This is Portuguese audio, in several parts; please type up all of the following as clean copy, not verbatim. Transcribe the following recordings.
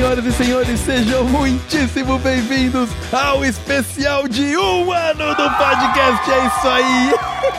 senhoras e senhores, sejam muitíssimo bem-vindos ao especial de 1 ano do podcast. É isso aí!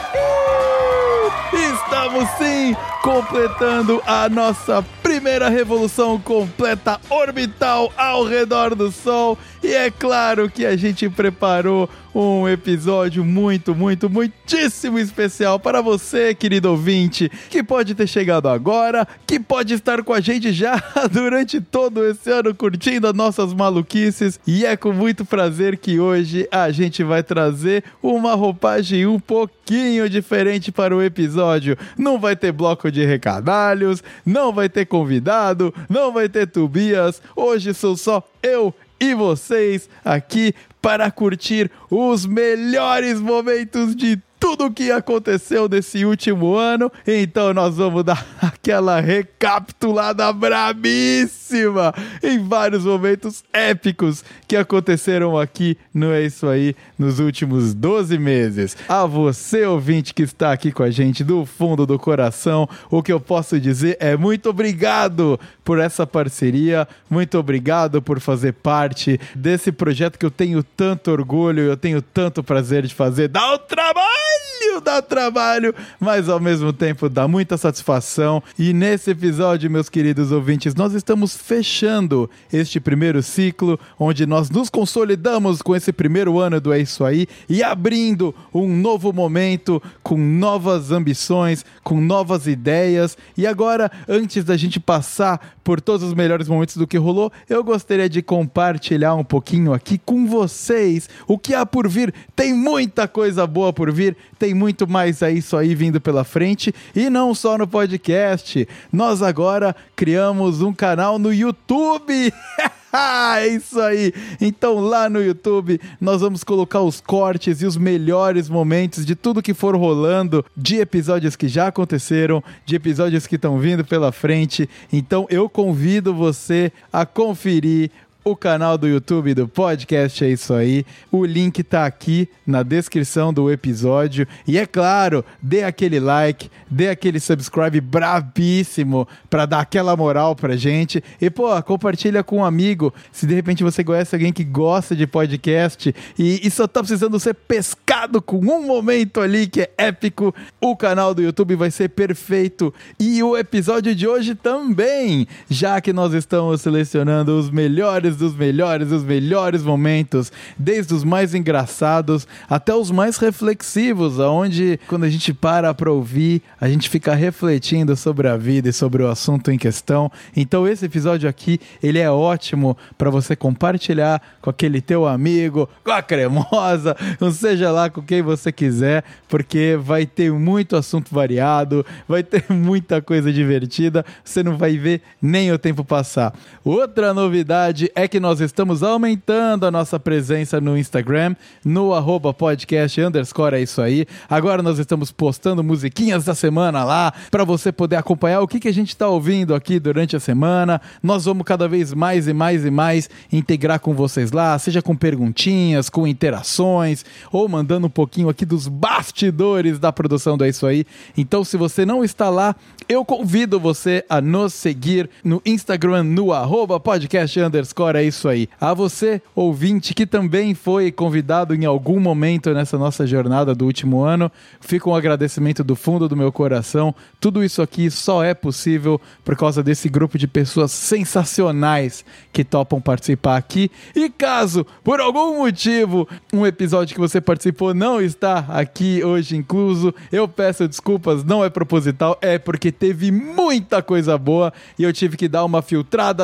Estamos sim completando a nossa primeira revolução completa orbital ao redor do Sol. E é claro que a gente preparou um episódio muitíssimo especial para você, querido ouvinte, que pode ter chegado agora, que pode estar com a gente já durante todo esse ano curtindo as nossas maluquices. E é com muito prazer que hoje a gente vai trazer uma roupagem um pouquinho diferente para o episódio. Não vai ter bloco de recadalhos, não vai ter convidado, não vai ter Tobias. Hoje sou só eu e vocês aqui para curtir os melhores momentos de tudo que aconteceu nesse último ano. Então nós vamos dar aquela recapitulada brabíssima em vários momentos épicos que aconteceram aqui no É Isso Aí nos últimos 12 meses. A você, ouvinte, que está aqui com a gente do fundo do coração, o que eu posso dizer é muito obrigado por essa parceria, muito obrigado por fazer parte desse projeto que eu tenho tanto orgulho, eu tenho tanto prazer de fazer. Dá trabalho, mas ao mesmo tempo dá muita satisfação. E nesse episódio, meus queridos ouvintes, nós estamos fechando este primeiro ciclo, onde nós nos consolidamos com esse primeiro ano do É Isso Aí e abrindo um novo momento com novas ambições, com novas ideias. E agora, antes da gente passar por todos os melhores momentos do que rolou, eu gostaria de compartilhar um pouquinho aqui com vocês o que há por vir. Tem muita coisa boa por vir, tem muito mais É Isso Aí vindo pela frente, e não só no podcast. Nós agora criamos um canal no YouTube. É isso aí! Então lá no YouTube nós vamos colocar os cortes e os melhores momentos de tudo que for rolando, de episódios que já aconteceram, de episódios que estão vindo pela frente. Então eu convido você a conferir o canal do YouTube do podcast É Isso Aí. O link tá aqui na descrição do episódio. E é claro, dê aquele like, dê aquele subscribe brabíssimo pra dar aquela moral pra gente. E compartilha com um amigo. Se de repente você conhece alguém que gosta de podcast e só tá precisando ser pescado com um momento ali que é épico, o canal do YouTube vai ser perfeito. E o episódio de hoje também, já que nós estamos selecionando os melhores dos melhores momentos, desde os mais engraçados até os mais reflexivos, aonde quando a gente para ouvir, a gente fica refletindo sobre a vida e sobre o assunto em questão. Então esse episódio aqui, ele é ótimo para você compartilhar com aquele teu amigo, com a cremosa, não seja lá com quem você quiser, porque vai ter muito assunto variado, vai ter muita coisa divertida, você não vai ver nem o tempo passar. Outra novidade é que nós estamos aumentando a nossa presença no Instagram, no @podcast_ É Isso Aí. Agora nós estamos postando musiquinhas da semana lá, para você poder acompanhar o que a gente está ouvindo aqui durante a semana. Nós vamos cada vez mais integrar com vocês lá, seja com perguntinhas, com interações, ou mandando um pouquinho aqui dos bastidores da produção do É Isso Aí. Então, se você não está lá, eu convido você a nos seguir no Instagram, no @podcast_ É Isso Aí. A você, ouvinte, que também foi convidado em algum momento nessa nossa jornada do último ano, fica um agradecimento do fundo do meu coração. Tudo isso aqui só é possível por causa desse grupo de pessoas sensacionais que topam participar aqui. E caso, por algum motivo, um episódio que você participou não está aqui hoje incluso, eu peço desculpas, não é proposital, é porque teve muita coisa boa e eu tive que dar uma filtrada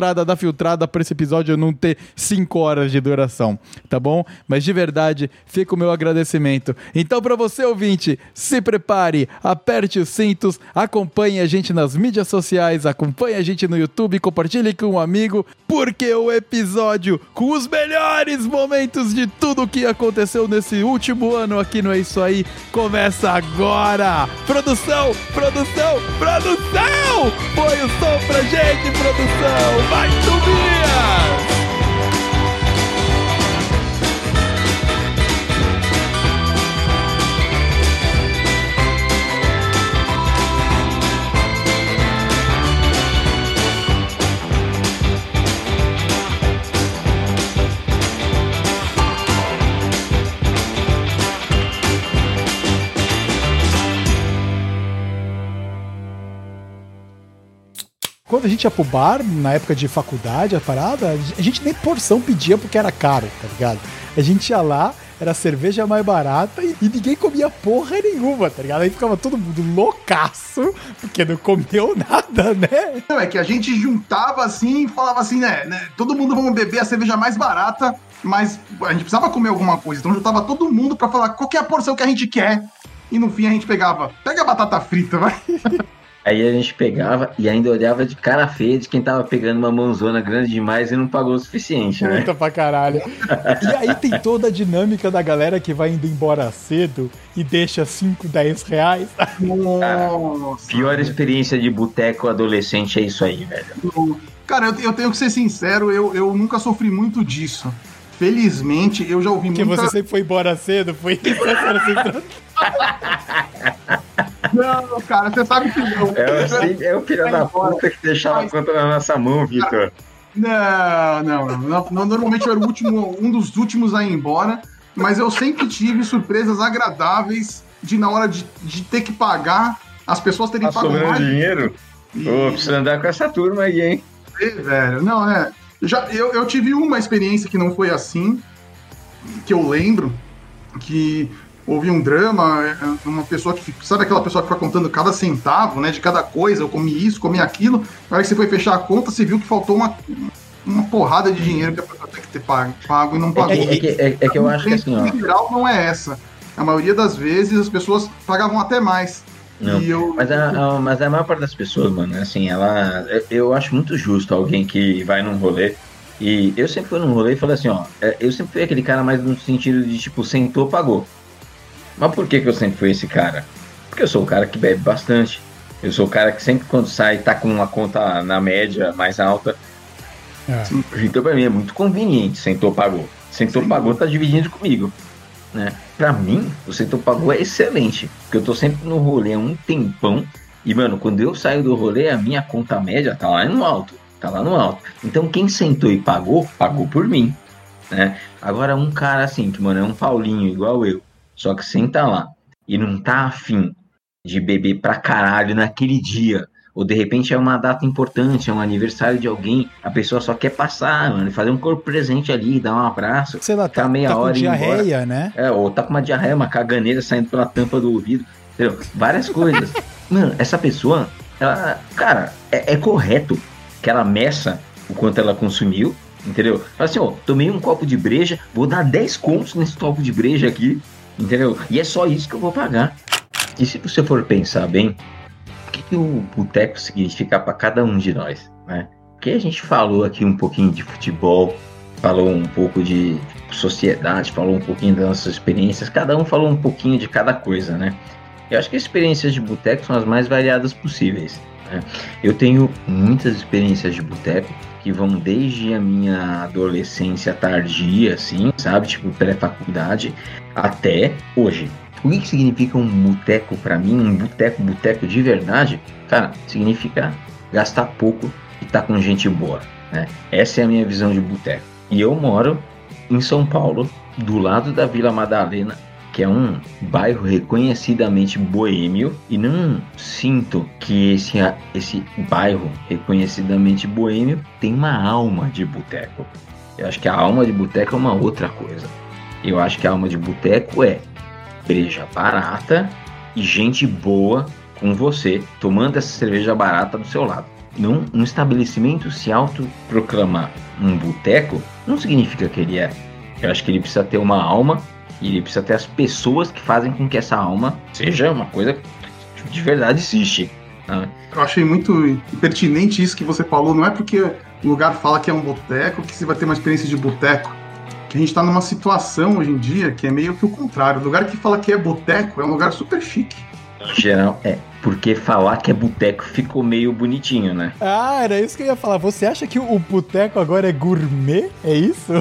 para esse episódio não ter 5 horas de duração, tá bom? Mas de verdade, fica o meu agradecimento. Então, para você, ouvinte, se prepare, aperte os cintos, acompanhe a gente nas mídias sociais, acompanhe a gente no YouTube, compartilhe com um amigo, porque o episódio com os melhores momentos de tudo que aconteceu nesse último ano aqui no É Isso Aí começa agora! Produção! Põe o som pra gente, produção! Vai, Tobias! Quando a gente ia pro bar, na época de faculdade, a parada, a gente nem porção pedia porque era caro, tá ligado? A gente ia lá, era a cerveja mais barata e ninguém comia porra nenhuma, tá ligado? Aí ficava todo mundo loucaço, porque não comeu nada, né? Não, é que a gente juntava assim e falava assim, né? Todo mundo vamos beber a cerveja mais barata, mas a gente precisava comer alguma coisa. Então juntava todo mundo pra falar qual que é a porção que a gente quer. E no fim a gente pega a batata frita, vai. Aí a gente pegava e ainda olhava de cara feia de quem tava pegando uma mãozona grande demais e não pagou o suficiente, né? Puta pra caralho. E aí tem toda a dinâmica da galera que vai indo embora cedo e deixa 5, 10 reais. Nossa. Pior experiência de boteco adolescente é isso aí, velho. Cara, eu tenho que ser sincero, eu nunca sofri muito disso. Felizmente, eu já ouvi Porque muita... você sempre foi embora cedo, foi isso. Não, cara, você sabe que não. É o filho da puta que deixava a conta na nossa mão, Vitor. Não. Normalmente eu era um dos últimos a ir embora, mas eu sempre tive surpresas agradáveis de na hora de ter que pagar, as pessoas terem pago mais. Dinheiro? Ô, precisa andar com essa turma aí, hein? Velho, não, né? Eu tive uma experiência que não foi assim, que eu lembro, que houve um drama, uma pessoa que... Sabe aquela pessoa que fica contando cada centavo, né, de cada coisa? Eu comi isso, comi aquilo. Na hora que você foi fechar a conta, você viu que faltou uma porrada de dinheiro que a pessoa tem que ter pago e não pagou. É que eu acho que assim, ó... Em geral, não é essa. A maioria das vezes, as pessoas pagavam até mais. Não, mas a maior parte das pessoas, mano, assim, eu acho muito justo alguém que vai num rolê, e eu sempre fui num rolê e falei assim, ó, eu sempre fui aquele cara mais no sentido de, tipo, sentou, pagou. Mas por que eu sempre fui esse cara? Porque eu sou o cara que bebe bastante, eu sou o cara que sempre quando sai tá com uma conta na média mais alta, então pra mim é muito conveniente, sentou, pagou. Sentou, pagou, tá dividindo comigo. Né? Pra mim, o setor pagou é excelente, porque eu tô sempre no rolê há um tempão e, mano, quando eu saio do rolê, a minha conta média tá lá no alto, então quem sentou e pagou por mim, né? Agora um cara assim, que, mano, é um Paulinho igual eu, só que senta lá e não tá afim de beber pra caralho naquele dia, ou de repente é uma data importante, é um aniversário de alguém, a pessoa só quer passar, mano, fazer um corpo presente ali, dar um abraço, sei lá, ficar meia hora com diarreia, né? Ou tá com uma diarreia, uma caganeira saindo pela tampa do ouvido, entendeu? Várias coisas. Mano, essa pessoa, ela, cara, é correto que ela meça o quanto ela consumiu, entendeu? Fala assim, ó, tomei um copo de breja, vou dar 10 contos nesse copo de breja aqui, entendeu? E é só isso que eu vou pagar. E se você for pensar bem, o que o boteco significa para cada um de nós, né? Porque a gente falou aqui um pouquinho de futebol, falou um pouco de sociedade, falou um pouquinho das nossas experiências, cada um falou um pouquinho de cada coisa, né? Eu acho que as experiências de boteco são as mais variadas possíveis, né? Eu tenho muitas experiências de boteco que vão desde a minha adolescência tardia, assim, sabe? Tipo, pré-faculdade, até hoje. O que significa um boteco pra mim? Um boteco de verdade? Cara, significa gastar pouco e estar com gente boa, né? Essa é a minha visão de boteco. E eu moro em São Paulo, do lado da Vila Madalena, que é um bairro reconhecidamente boêmio, e não sinto que esse bairro reconhecidamente boêmio tem uma alma de boteco. Eu acho que a alma de boteco é uma outra coisa. Eu acho que a alma de boteco é breja barata e gente boa com você, tomando essa cerveja barata do seu lado. Não, um estabelecimento se autoproclamar um boteco não significa que ele é. Eu acho que ele precisa ter uma alma e ele precisa ter as pessoas que fazem com que essa alma seja uma coisa que de verdade existe. Né? Eu achei muito pertinente isso que você falou. Não é porque o lugar fala que é um boteco que você vai ter uma experiência de boteco. Que a gente tá numa situação hoje em dia que é meio que o contrário. O lugar que fala que é boteco é um lugar super chique. Em geral, porque falar que é boteco ficou meio bonitinho, né? Ah, era isso que eu ia falar. Você acha que o boteco agora é gourmet? É isso?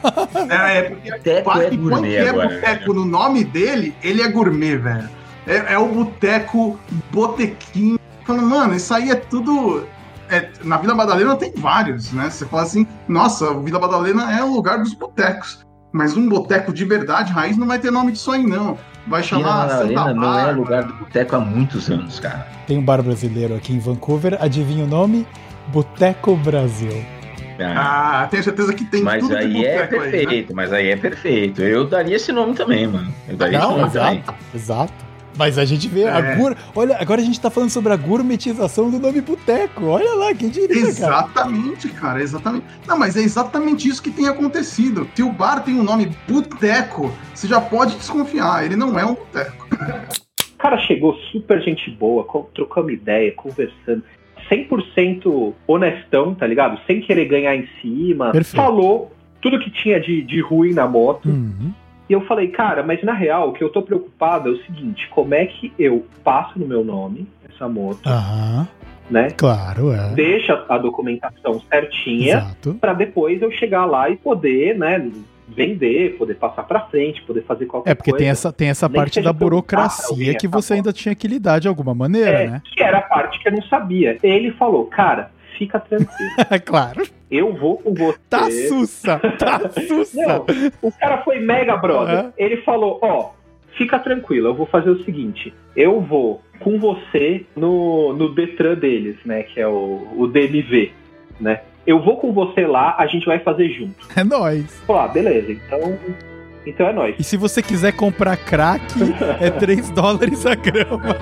Porque boteco é gourmet agora. Boteco no nome dele, ele é gourmet, velho. É o boteco, botequinho. Falando, mano, isso aí é tudo... na Vila Madalena tem vários, né? Você fala assim, nossa, Vila Madalena é o lugar dos botecos. Mas um boteco de verdade, raiz, não vai ter nome disso aí, não. Vai chamar Vila Madalena Santa não Bárbara. é lugar do boteco há muitos anos, cara. Tem um bar brasileiro aqui em Vancouver, adivinha o nome? Boteco Brasil. Ah, tenho certeza que tem mas tudo de aí é boteco aí, né? perfeito, mas aí é perfeito. Eu daria esse nome também, mano. Eu daria esse nome também. Exato. Mas a gente vê olha, agora a gente tá falando sobre a gourmetização do nome boteco. Olha lá, quem diria, exatamente, cara, exatamente. Não, mas é exatamente isso que tem acontecido. Se o bar tem um nome boteco, você já pode desconfiar, ele não é um boteco. O cara chegou super gente boa, trocamos ideia, conversando. 100% honestão, tá ligado? Sem querer ganhar em cima. Perfeito. Falou tudo que tinha de ruim na moto. Uhum. E eu falei, cara, mas na real, o que eu tô preocupado é o seguinte, como é que eu passo no meu nome essa moto, né? Claro, é. Deixa a documentação certinha, pra depois eu chegar lá e poder, né, vender, poder passar pra frente, poder fazer qualquer coisa. É, porque tem essa parte da burocracia que você ainda tinha que lidar de alguma maneira, né? Que era a parte que eu não sabia. Ele falou, cara, fica tranquilo. Claro. Eu vou com você. Tá sussa. Não, o cara foi mega brother. Ele falou, fica tranquilo, eu vou fazer o seguinte, eu vou com você no Detran deles, né, que é o DMV, né? Eu vou com você lá, a gente vai fazer junto. É nóis. Pô, beleza, então é nóis. E se você quiser comprar crack, é $3 a grama.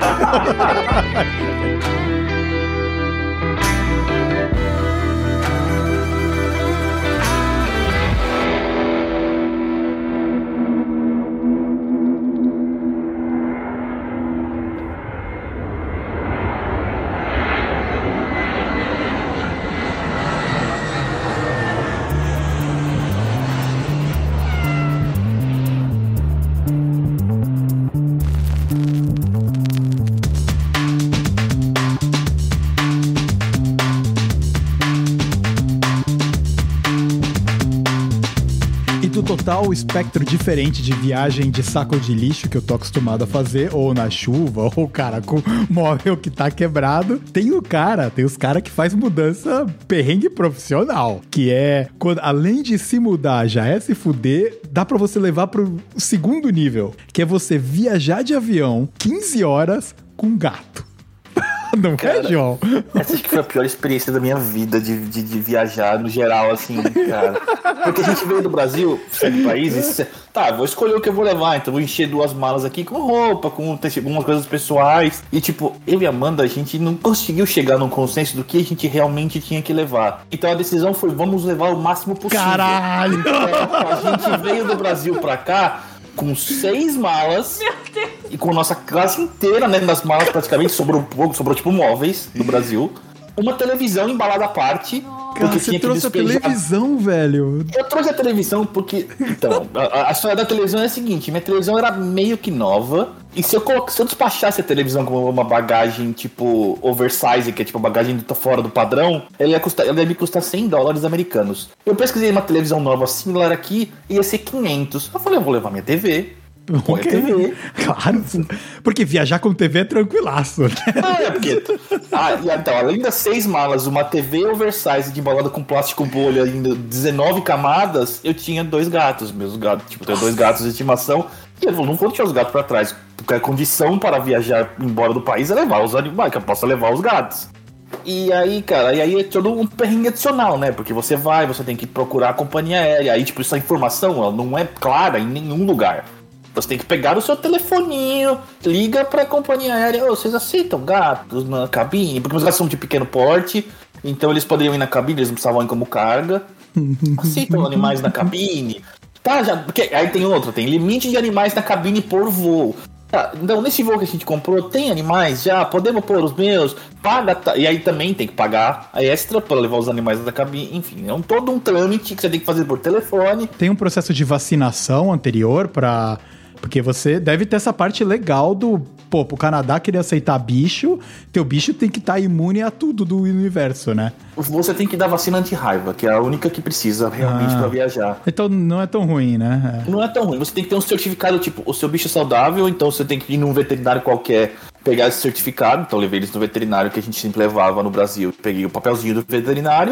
Total espectro diferente de viagem de saco de lixo que eu tô acostumado a fazer, ou na chuva, ou cara com móvel que tá quebrado. Tem os caras que faz mudança perrengue profissional, que é, quando, além de se mudar, já é se fuder, dá pra você levar pro segundo nível, que é você viajar de avião 15 horas com gato. Não, cara, é, João? Essa acho que foi a pior experiência da minha vida de viajar no geral, assim, cara. Porque a gente veio do Brasil, sai do país, e tá, vou escolher o que eu vou levar, então vou encher 2 malas aqui com roupa, com algumas coisas pessoais. E tipo, eu e a Amanda, a gente não conseguiu chegar num consenso do que a gente realmente tinha que levar. Então a decisão foi, vamos levar o máximo possível. Caralho! Então, a gente veio do Brasil pra cá com 6 malas. Meu Deus! E com a nossa classe inteira, né, nas malas praticamente, sobrou tipo móveis do Brasil. Uma televisão embalada à parte. Cara, você trouxe a televisão, velho. Eu trouxe a televisão porque... Então, a história da televisão é a seguinte. Minha televisão era meio que nova. E se eu despachasse a televisão como uma bagagem, tipo, oversize, que é tipo, a bagagem fora do padrão, ela ia me custar $100 americanos. Eu pesquisei uma televisão nova similar aqui, ia ser 500. Eu falei, eu vou levar minha TV. Okay. TV. Claro, porque viajar com TV é tranquilaço. Né? Porque... então, além das 6 malas, uma TV oversize de embalada com plástico bolha, ainda 19 camadas, eu tinha 2 gatos. Meus gatos, tipo, tenho 2 gatos de estimação. E eu não vou deixar os gatos pra trás, porque a condição para viajar embora do país é levar os animais, que eu possa levar os gatos. E aí, cara, é todo um perrengue adicional, né? Porque você tem que procurar a companhia aérea. Aí, tipo, essa informação ela não é clara em nenhum lugar. Você tem que pegar o seu telefoninho, liga pra companhia aérea, vocês aceitam gatos na cabine? Porque os gatos são de pequeno porte, então eles poderiam ir na cabine, eles não precisavam ir como carga. Aceitam animais na cabine? Tá, já, porque aí tem limite de animais na cabine por voo. Tá, então nesse voo que a gente comprou, tem animais já? Podemos pôr os meus? Paga, e aí também tem que pagar a extra para levar os animais na cabine. Enfim, é todo um trâmite que você tem que fazer por telefone. Tem um processo de vacinação anterior para... Porque você deve ter essa parte legal do... Pô, pro Canadá querer aceitar bicho, teu bicho tem que estar imune a tudo do universo, né? Você tem que dar vacina anti-raiva, que é a única que precisa realmente pra viajar. Então não é tão ruim, né? Não é tão ruim. Você tem que ter um certificado, tipo, o seu bicho é saudável, então você tem que ir num veterinário qualquer, pegar esse certificado. Então eu levei eles no veterinário que a gente sempre levava no Brasil. Peguei o papelzinho do veterinário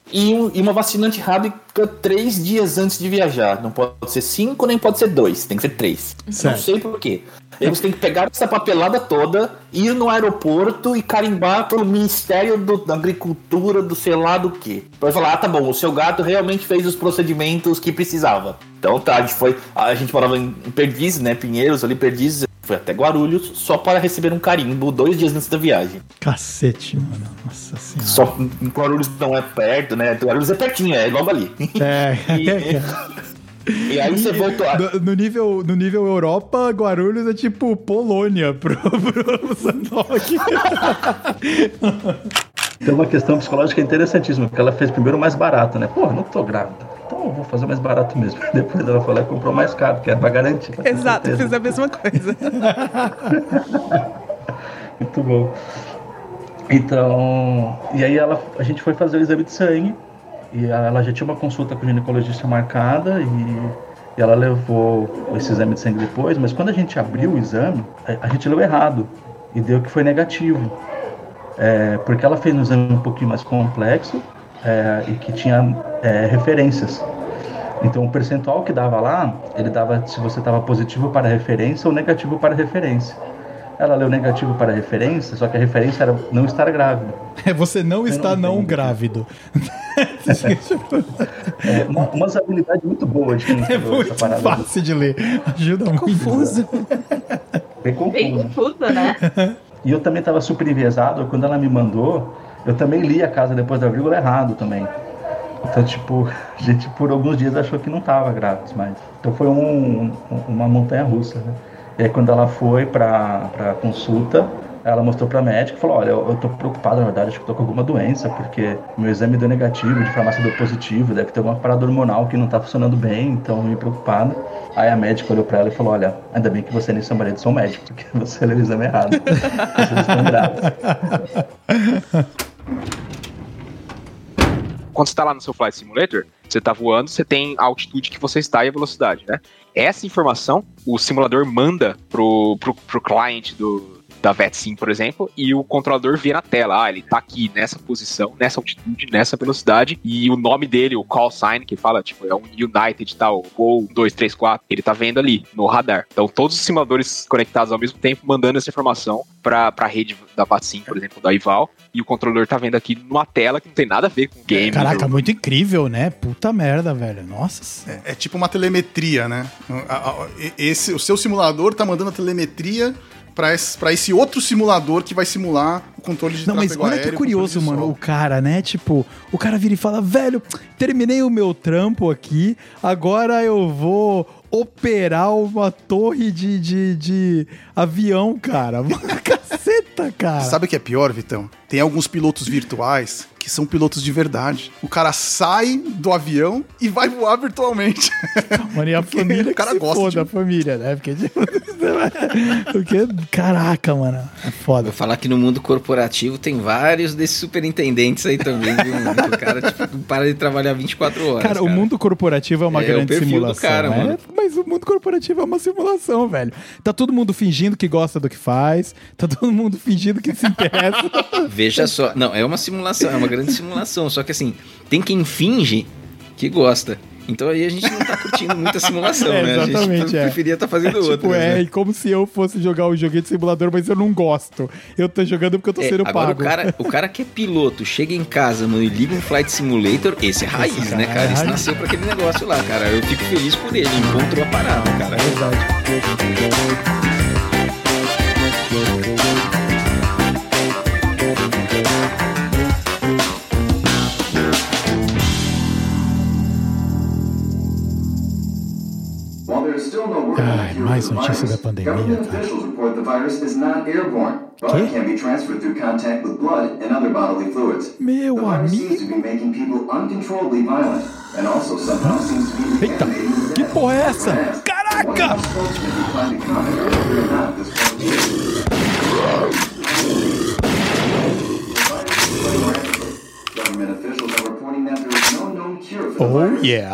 e uma vacinante rápida 3 dias antes de viajar. Não pode ser 5, nem pode ser 2, tem que ser 3. Certo. Não sei por quê. Aí você tem que pegar essa papelada toda, ir no aeroporto e carimbar pelo Ministério da Agricultura, do sei lá do que. Vai falar, tá bom, o seu gato realmente fez os procedimentos que precisava. Então tá, a gente morava em Perdizes, né, Pinheiros, ali Perdizes, foi até Guarulhos, só para receber um carimbo 2 dias antes da viagem. Cacete, mano. Nossa senhora. Só em Guarulhos não é perto, né? Guarulhos é pertinho, é logo ali. E aí você voltou no nível Europa, Guarulhos é tipo Polônia pro Sandock. Tem uma questão psicológica interessantíssima, porque ela fez primeiro o mais barato, né? Pô, não tô grávida, então eu vou fazer o mais barato mesmo. Depois ela falou e comprou mais caro, que era pra garantir. Exato, eu fiz a mesma coisa. Muito bom. Então, e aí a gente foi fazer o exame de sangue, e ela já tinha uma consulta com o ginecologista marcada, e ela levou esse exame de sangue depois, mas quando a gente abriu o exame, a gente leu errado, e deu que foi negativo. Porque ela fez um exame um pouquinho mais complexo e que tinha referências. Então o percentual que dava lá, ele dava se você estava positivo para referência ou negativo para referência. Ela leu negativo para referência, só que a referência era não estar grávida. Você não está não grávido. Uma usabilidade muito boa de quem escreveu muito essa parada. Fácil de ler. Ajuda muito. Confuso. Bem confuso. Bem confuso, né? E eu também estava super enviesado, quando ela me mandou, eu também li a casa depois da vírgula errado também. Então, tipo, a gente por alguns dias achou que não estava grávida mais. Então foi uma montanha russa, né? E aí quando ela foi pra consulta, ela mostrou pra médica e falou, olha, eu tô preocupado, na verdade, acho que eu tô com alguma doença, porque meu exame deu negativo, de farmácia deu positivo, deve ter alguma parada hormonal que não tá funcionando bem, então eu me preocupado. Aí a médica olhou pra ela e falou, olha, ainda bem que você nem seu marido são médicos, porque você leu o exame errado. Vocês estão grávidos. Quando você está lá no seu Flight Simulator, você está voando, você tem a altitude que você está e a velocidade, né? Essa informação, o simulador manda pro cliente da VetSim, por exemplo, e o controlador vê na tela, ele tá aqui nessa posição, nessa altitude, nessa velocidade, e o nome dele, o call sign, que fala, tipo, é um United tal, ou 234, ele tá vendo ali, no radar. Então, todos os simuladores conectados ao mesmo tempo, mandando essa informação pra rede da VetSim, por exemplo, da Ival, e o controlador tá vendo aqui numa tela que não tem nada a ver com o game. Caraca, muito incrível, né? Puta merda, velho. Nossa. É tipo uma telemetria, né? O seu simulador tá mandando a telemetria pra esse outro simulador que vai simular o controle de tráfego aéreo. Não, mas olha que curioso, mano, o cara, né? Tipo, o cara vira e fala, velho, terminei o meu trampo aqui, agora eu vou operar uma torre de avião, cara. Caceta, cara. Sabe o que é pior, Vitão? Tem alguns pilotos virtuais que são pilotos de verdade. O cara sai do avião e vai voar virtualmente. Mano, e a família o cara que se gosta foda, a família, né? Porque, caraca, mano, é foda. Vou falar que no mundo corporativo tem vários desses superintendentes aí também, viu? O cara, tipo, para de trabalhar 24 horas. Cara, o mundo corporativo é uma grande simulação. Do cara, mano. Mas o mundo corporativo é uma simulação, velho. Tá todo mundo fingindo que gosta do que faz, tá todo mundo fingindo que se interessa. Veja só, não, é uma simulação, é uma grande simulação, só que assim, tem quem finge que gosta. Então aí a gente não tá curtindo muita simulação, né? Exatamente, a gente preferia estar fazendo outra. Tipo, né? E como se eu fosse jogar um joguinho de simulador, mas eu não gosto. Eu tô jogando porque eu tô sendo agora pago. O cara que é piloto, chega em casa, mano, e liga um Flight Simulator, esse é raiz, né, cara? Esse nasceu pra aquele negócio lá, cara. Eu fico feliz por ele, encontrou a parada, cara. É verdade. Ai, mais notícia da pandemia, cara. Meu amigo. Eita, que porra é essa? Caraca! Oh yeah.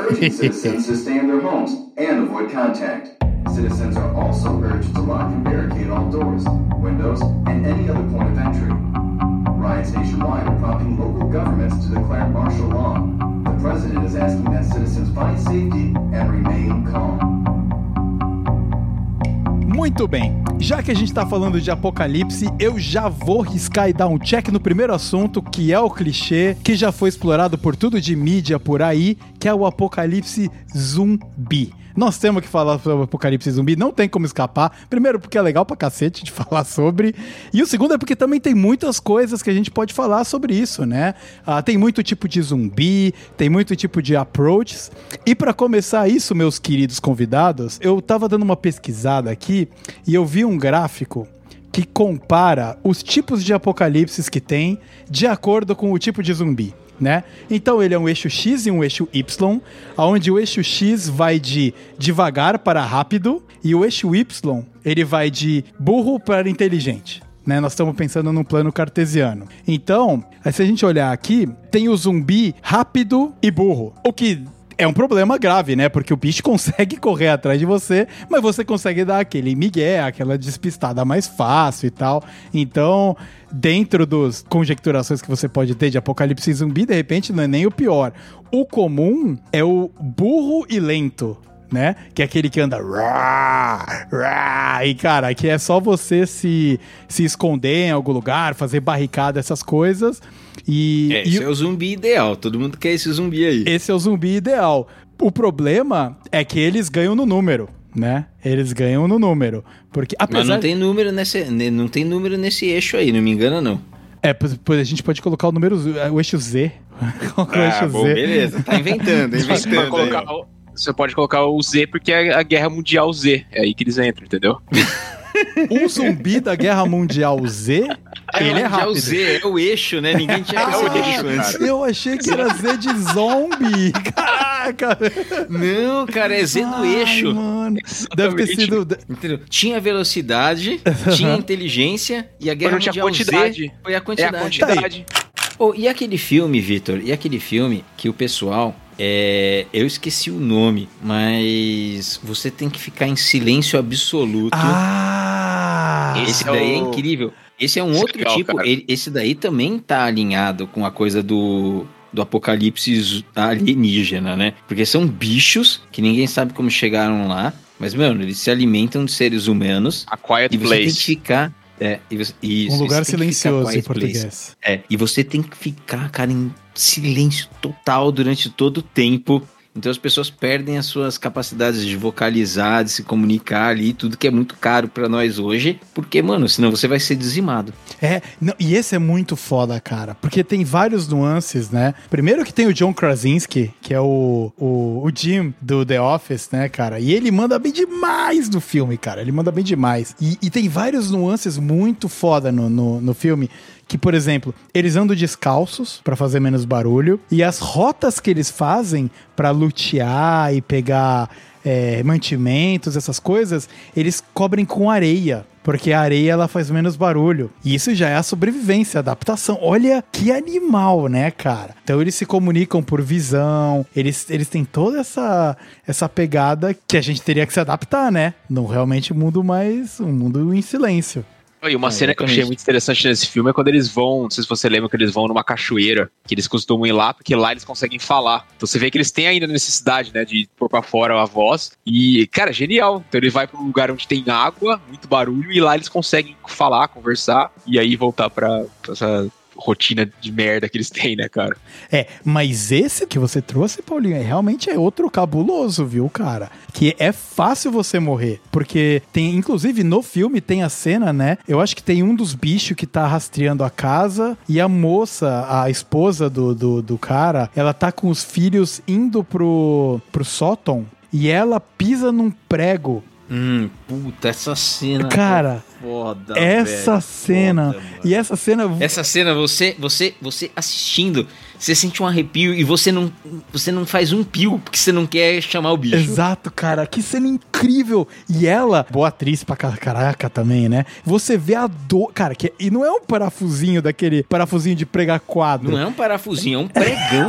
Citizens are also urged to lock and barricade all doors, windows, and any other point of entry. riots nationwide are prompting local governments to declare martial law. The president is asking that citizens find safety and remain calm. Muito bem, já que a gente tá falando de apocalipse, eu já vou riscar e dar um check no primeiro assunto, que é o clichê, que já foi explorado por tudo de mídia por aí, que é o apocalipse zumbi. Nós temos que falar sobre o apocalipse zumbi, não tem como escapar. Primeiro porque é legal pra cacete de falar sobre. E o segundo é porque também tem muitas coisas que a gente pode falar sobre isso, né? Tem muito tipo de zumbi, tem muito tipo de approaches. E pra começar isso, meus queridos convidados, eu tava dando uma pesquisada aqui e eu vi um gráfico que compara os tipos de apocalipses que tem de acordo com o tipo de zumbi. Né? Então ele é um eixo X e um eixo Y, onde o eixo X vai de devagar para rápido e o eixo Y ele vai de burro para inteligente. Né? Nós estamos pensando num plano cartesiano. Então, se a gente olhar aqui, tem o zumbi rápido e burro, o que é um problema grave, né? Porque o bicho consegue correr atrás de você, mas você consegue dar aquele migué, aquela despistada mais fácil e tal. Então, dentro das conjecturações que você pode ter de apocalipse zumbi, de repente não é nem o pior. O comum é o burro e lento, né? Que é aquele que anda e, cara, que é só você se esconder em algum lugar, fazer barricada, essas coisas. Esse é o zumbi ideal, todo mundo quer esse zumbi aí. Esse é o zumbi ideal. O problema é que eles ganham no número, né? Eles ganham no número. Porque, apesar... Mas não tem número nesse eixo aí, não me engana não. Pois a gente pode colocar o eixo Z. O eixo Z. Beleza, tá inventando. Você pode colocar o Z porque é a Guerra Mundial Z. É aí que eles entram, entendeu? O zumbi da Guerra Mundial Z, ele é rápido. O Z é o eixo, né? Ninguém tinha pensado nisso. Eu achei que era Z de zombie. Caraca. Não, cara, é Z do eixo. Mano. Deve ter sido... Entendeu? Tinha velocidade, tinha inteligência e a Guerra Mundial Z foi a quantidade. É a quantidade. E aquele filme, Vitor? E aquele filme que o pessoal... eu esqueci o nome, mas você tem que ficar em silêncio absoluto. Esse daí é incrível. Esse é um outro legal, tipo. Esse daí também tá alinhado com a coisa do apocalipse alienígena, né? Porque são bichos que ninguém sabe como chegaram lá, mas, mano, eles se alimentam de seres humanos. A Quiet e você Place. Tem que ficar... um lugar silencioso em português. E você tem que ficar, cara, em silêncio total durante todo o tempo. Então as pessoas perdem as suas capacidades de vocalizar, de se comunicar ali, tudo que é muito caro pra nós hoje, porque, mano, senão você vai ser dizimado. E esse é muito foda, cara, porque tem vários nuances, né? Primeiro que tem o John Krasinski, que é o Jim do The Office, né, cara? E ele manda bem demais no filme, cara. Ele manda bem demais. E tem vários nuances muito foda no filme. Que, por exemplo, eles andam descalços pra fazer menos barulho e as rotas que eles fazem pra lutear e pegar mantimentos, essas coisas, eles cobrem com areia. Porque a areia, ela faz menos barulho. E isso já é a sobrevivência, a adaptação. Olha que animal, né, cara? Então eles se comunicam por visão. Eles têm toda essa pegada que a gente teria que se adaptar, né? Não realmente um mundo em silêncio. E uma cena que eu achei muito interessante nesse filme é quando eles vão, não sei se você lembra, que eles vão numa cachoeira, que eles costumam ir lá, porque lá eles conseguem falar. Então você vê que eles têm ainda necessidade, né, de pôr pra fora a voz. E, cara, genial. Então ele vai pra um lugar onde tem água, muito barulho, e lá eles conseguem falar, conversar, e aí voltar pra essa rotina de merda que eles têm, né, cara? Mas esse que você trouxe, Paulinho, realmente é outro cabuloso, viu, cara? Que é fácil você morrer, porque tem, inclusive no filme tem a cena, né? Eu acho que tem um dos bichos que tá rastreando a casa e a moça, a esposa do cara, ela tá com os filhos indo pro sótão e ela pisa num prego. Puta, essa cena. Cara, foda, essa velho, cena. Foda, e essa cena. Essa cena, você assistindo, você sente um arrepio e você não faz um pio porque você não quer chamar o bicho. Exato, cara. Que cena incrível. E ela, boa atriz pra caraca também, né? Você vê a dor. Cara, e não é um parafusinho daquele parafusinho de pregar quadro. Não é um parafusinho, é um pregão.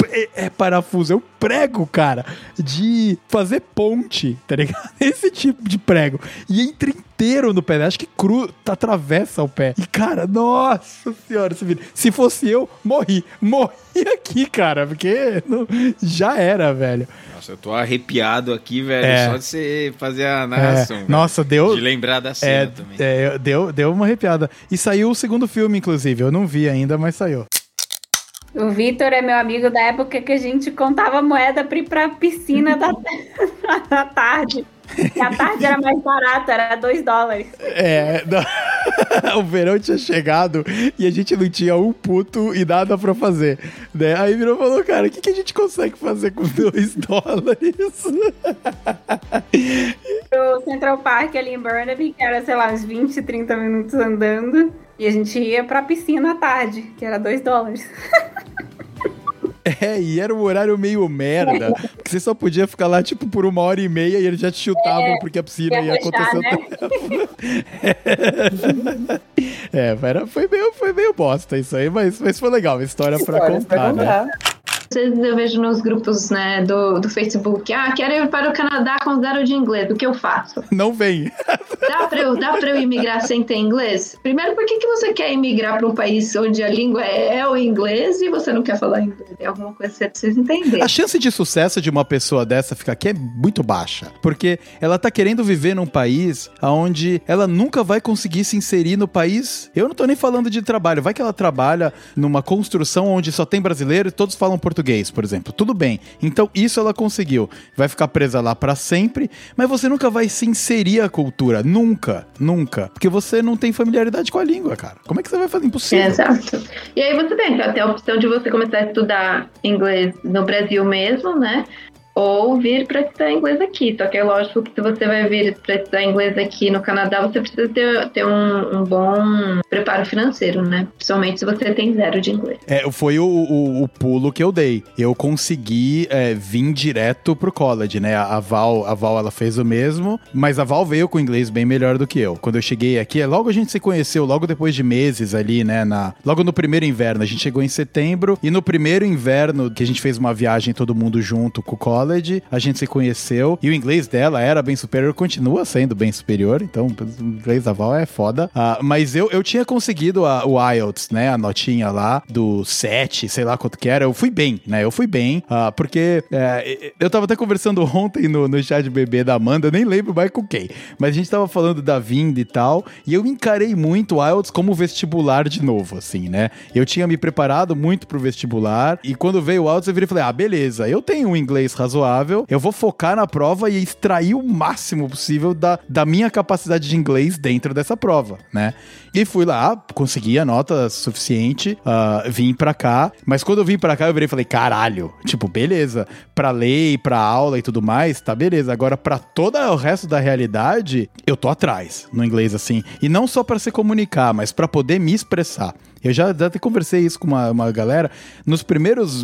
é parafuso, é um prego, cara, de fazer ponte, tá ligado? Esse tipo de prego. E entra inteiro no pé, acho que atravessa o pé. E, cara, nossa senhora, se fosse eu, morri aqui, cara, porque já era, velho. Nossa, eu tô arrepiado aqui, velho, só de você fazer a narração. Nossa, deu... De lembrar da cena também. Deu uma arrepiada. E saiu o segundo filme, inclusive, eu não vi ainda, mas saiu. O Vitor é meu amigo da época que a gente contava moeda pra ir pra piscina da tarde. E a tarde era mais barata, era $2. O verão tinha chegado e a gente não tinha um puto e nada pra fazer, né? Aí virou e falou, cara, o que a gente consegue fazer com $2? O Central Park ali em Burnaby, que era, sei lá, uns 20, 30 minutos andando. E a gente ia pra piscina à tarde, que era $2. E era um horário meio merda, porque você só podia ficar lá, tipo, por 1h30 e eles já te chutavam porque a piscina ia acontecer. Foi meio bosta isso aí, mas foi legal, uma história pra contar, né? Eu vejo nos grupos, né, do Facebook, quero ir para o Canadá com 0 de inglês, o que eu faço? Não vem. Dá pra eu imigrar sem ter inglês? Primeiro, por que você quer imigrar para um país onde a língua é o inglês e você não quer falar inglês? É alguma coisa que você precisa entender. A chance de sucesso de uma pessoa dessa ficar aqui é muito baixa, porque ela tá querendo viver num país onde ela nunca vai conseguir se inserir no país. Eu não tô nem falando de trabalho, vai que ela trabalha numa construção onde só tem brasileiro e todos falam português, por exemplo. Tudo bem. Então isso ela conseguiu. Vai ficar presa lá pra sempre, mas você nunca vai se inserir à cultura. Nunca. Porque você não tem familiaridade com a língua, cara. Como é que você vai fazer? Impossível. Exato. E aí você tem até a opção de você começar a estudar inglês no Brasil mesmo, né? Ou vir para estudar inglês aqui. Só que é lógico que se você vai vir para estudar inglês aqui no Canadá, você precisa ter um bom preparo financeiro, né? Principalmente se você tem 0 de inglês. Foi o pulo que eu dei. Eu consegui vir direto pro college, né? A Val, ela fez o mesmo, mas a Val veio com inglês bem melhor do que eu. Quando eu cheguei aqui, logo a gente se conheceu, logo depois de meses ali, né? Logo no primeiro inverno. A gente chegou em setembro, e no primeiro inverno, que a gente fez uma viagem todo mundo junto com o college, a gente se conheceu, e o inglês dela era bem superior, continua sendo bem superior, então o inglês da Val é foda. Mas eu tinha conseguido o IELTS, né, a notinha lá do 7, sei lá quanto que era, eu fui bem, porque eu tava até conversando ontem no chat bebê da Amanda, eu nem lembro mais com quem, mas a gente tava falando da vinda e tal, e eu encarei muito o IELTS como vestibular de novo, assim, né, eu tinha me preparado muito pro vestibular, e quando veio o IELTS eu virei e falei, beleza, eu tenho um inglês razoável, eu vou focar na prova e extrair o máximo possível da minha capacidade de inglês dentro dessa prova, né? E fui lá, consegui a nota suficiente, vim pra cá, mas quando eu vim pra cá eu virei e falei, caralho, tipo, beleza, pra ler, pra aula e tudo mais, tá beleza, agora pra todo o resto da realidade, eu tô atrás no inglês, assim, e não só pra se comunicar, mas pra poder me expressar. Eu já até conversei isso com uma galera. Nos primeiros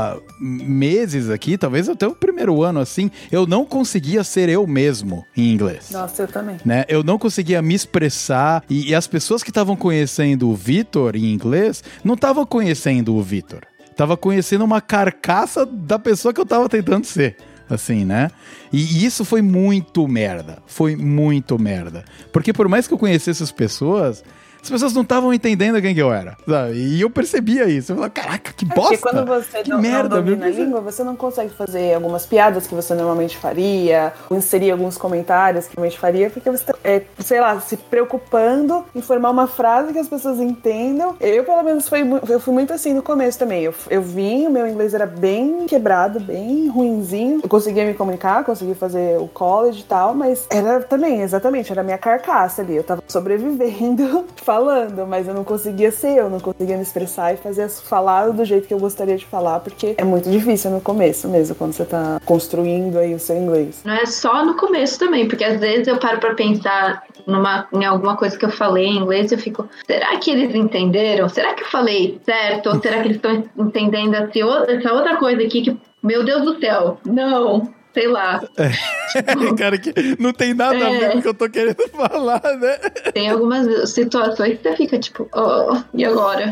meses aqui, talvez até o primeiro ano, assim, eu não conseguia ser eu mesmo em inglês. Nossa, eu também. Né? Eu não conseguia me expressar. E as pessoas que estavam conhecendo o Vitor em inglês, não estavam conhecendo o Vitor. Tava conhecendo uma carcaça da pessoa que eu tava tentando ser. Assim, né? E isso foi muito merda. Foi muito merda. Porque por mais que eu conhecesse as pessoas não estavam entendendo quem que eu era, sabe? E eu percebia isso. Eu falava, caraca, que bosta! Porque quando você não domina a língua, você não consegue fazer algumas piadas que você normalmente faria, ou inserir alguns comentários que normalmente faria, porque você está, sei lá, se preocupando em formar uma frase que as pessoas entendam. Eu, pelo menos, eu fui muito assim no começo também. Eu vim, o meu inglês era bem quebrado, bem ruinzinho. Eu conseguia me comunicar, conseguia fazer o college e tal, mas era também, exatamente, era a minha carcaça ali. Eu tava sobrevivendo, falando, mas eu não conseguia ser, eu não conseguia me expressar e falar do jeito que eu gostaria de falar, porque é muito difícil no começo mesmo, quando você tá construindo aí o seu inglês. Não é só no começo também, porque às vezes eu paro pra pensar em alguma coisa que eu falei em inglês e eu fico, será que eles entenderam? Será que eu falei certo? Ou será que eles estão entendendo essa outra coisa aqui que, meu Deus do céu, não... Sei lá. Cara, que não tem nada a ver com o que eu tô querendo falar, né? Tem algumas situações que você fica tipo, e agora?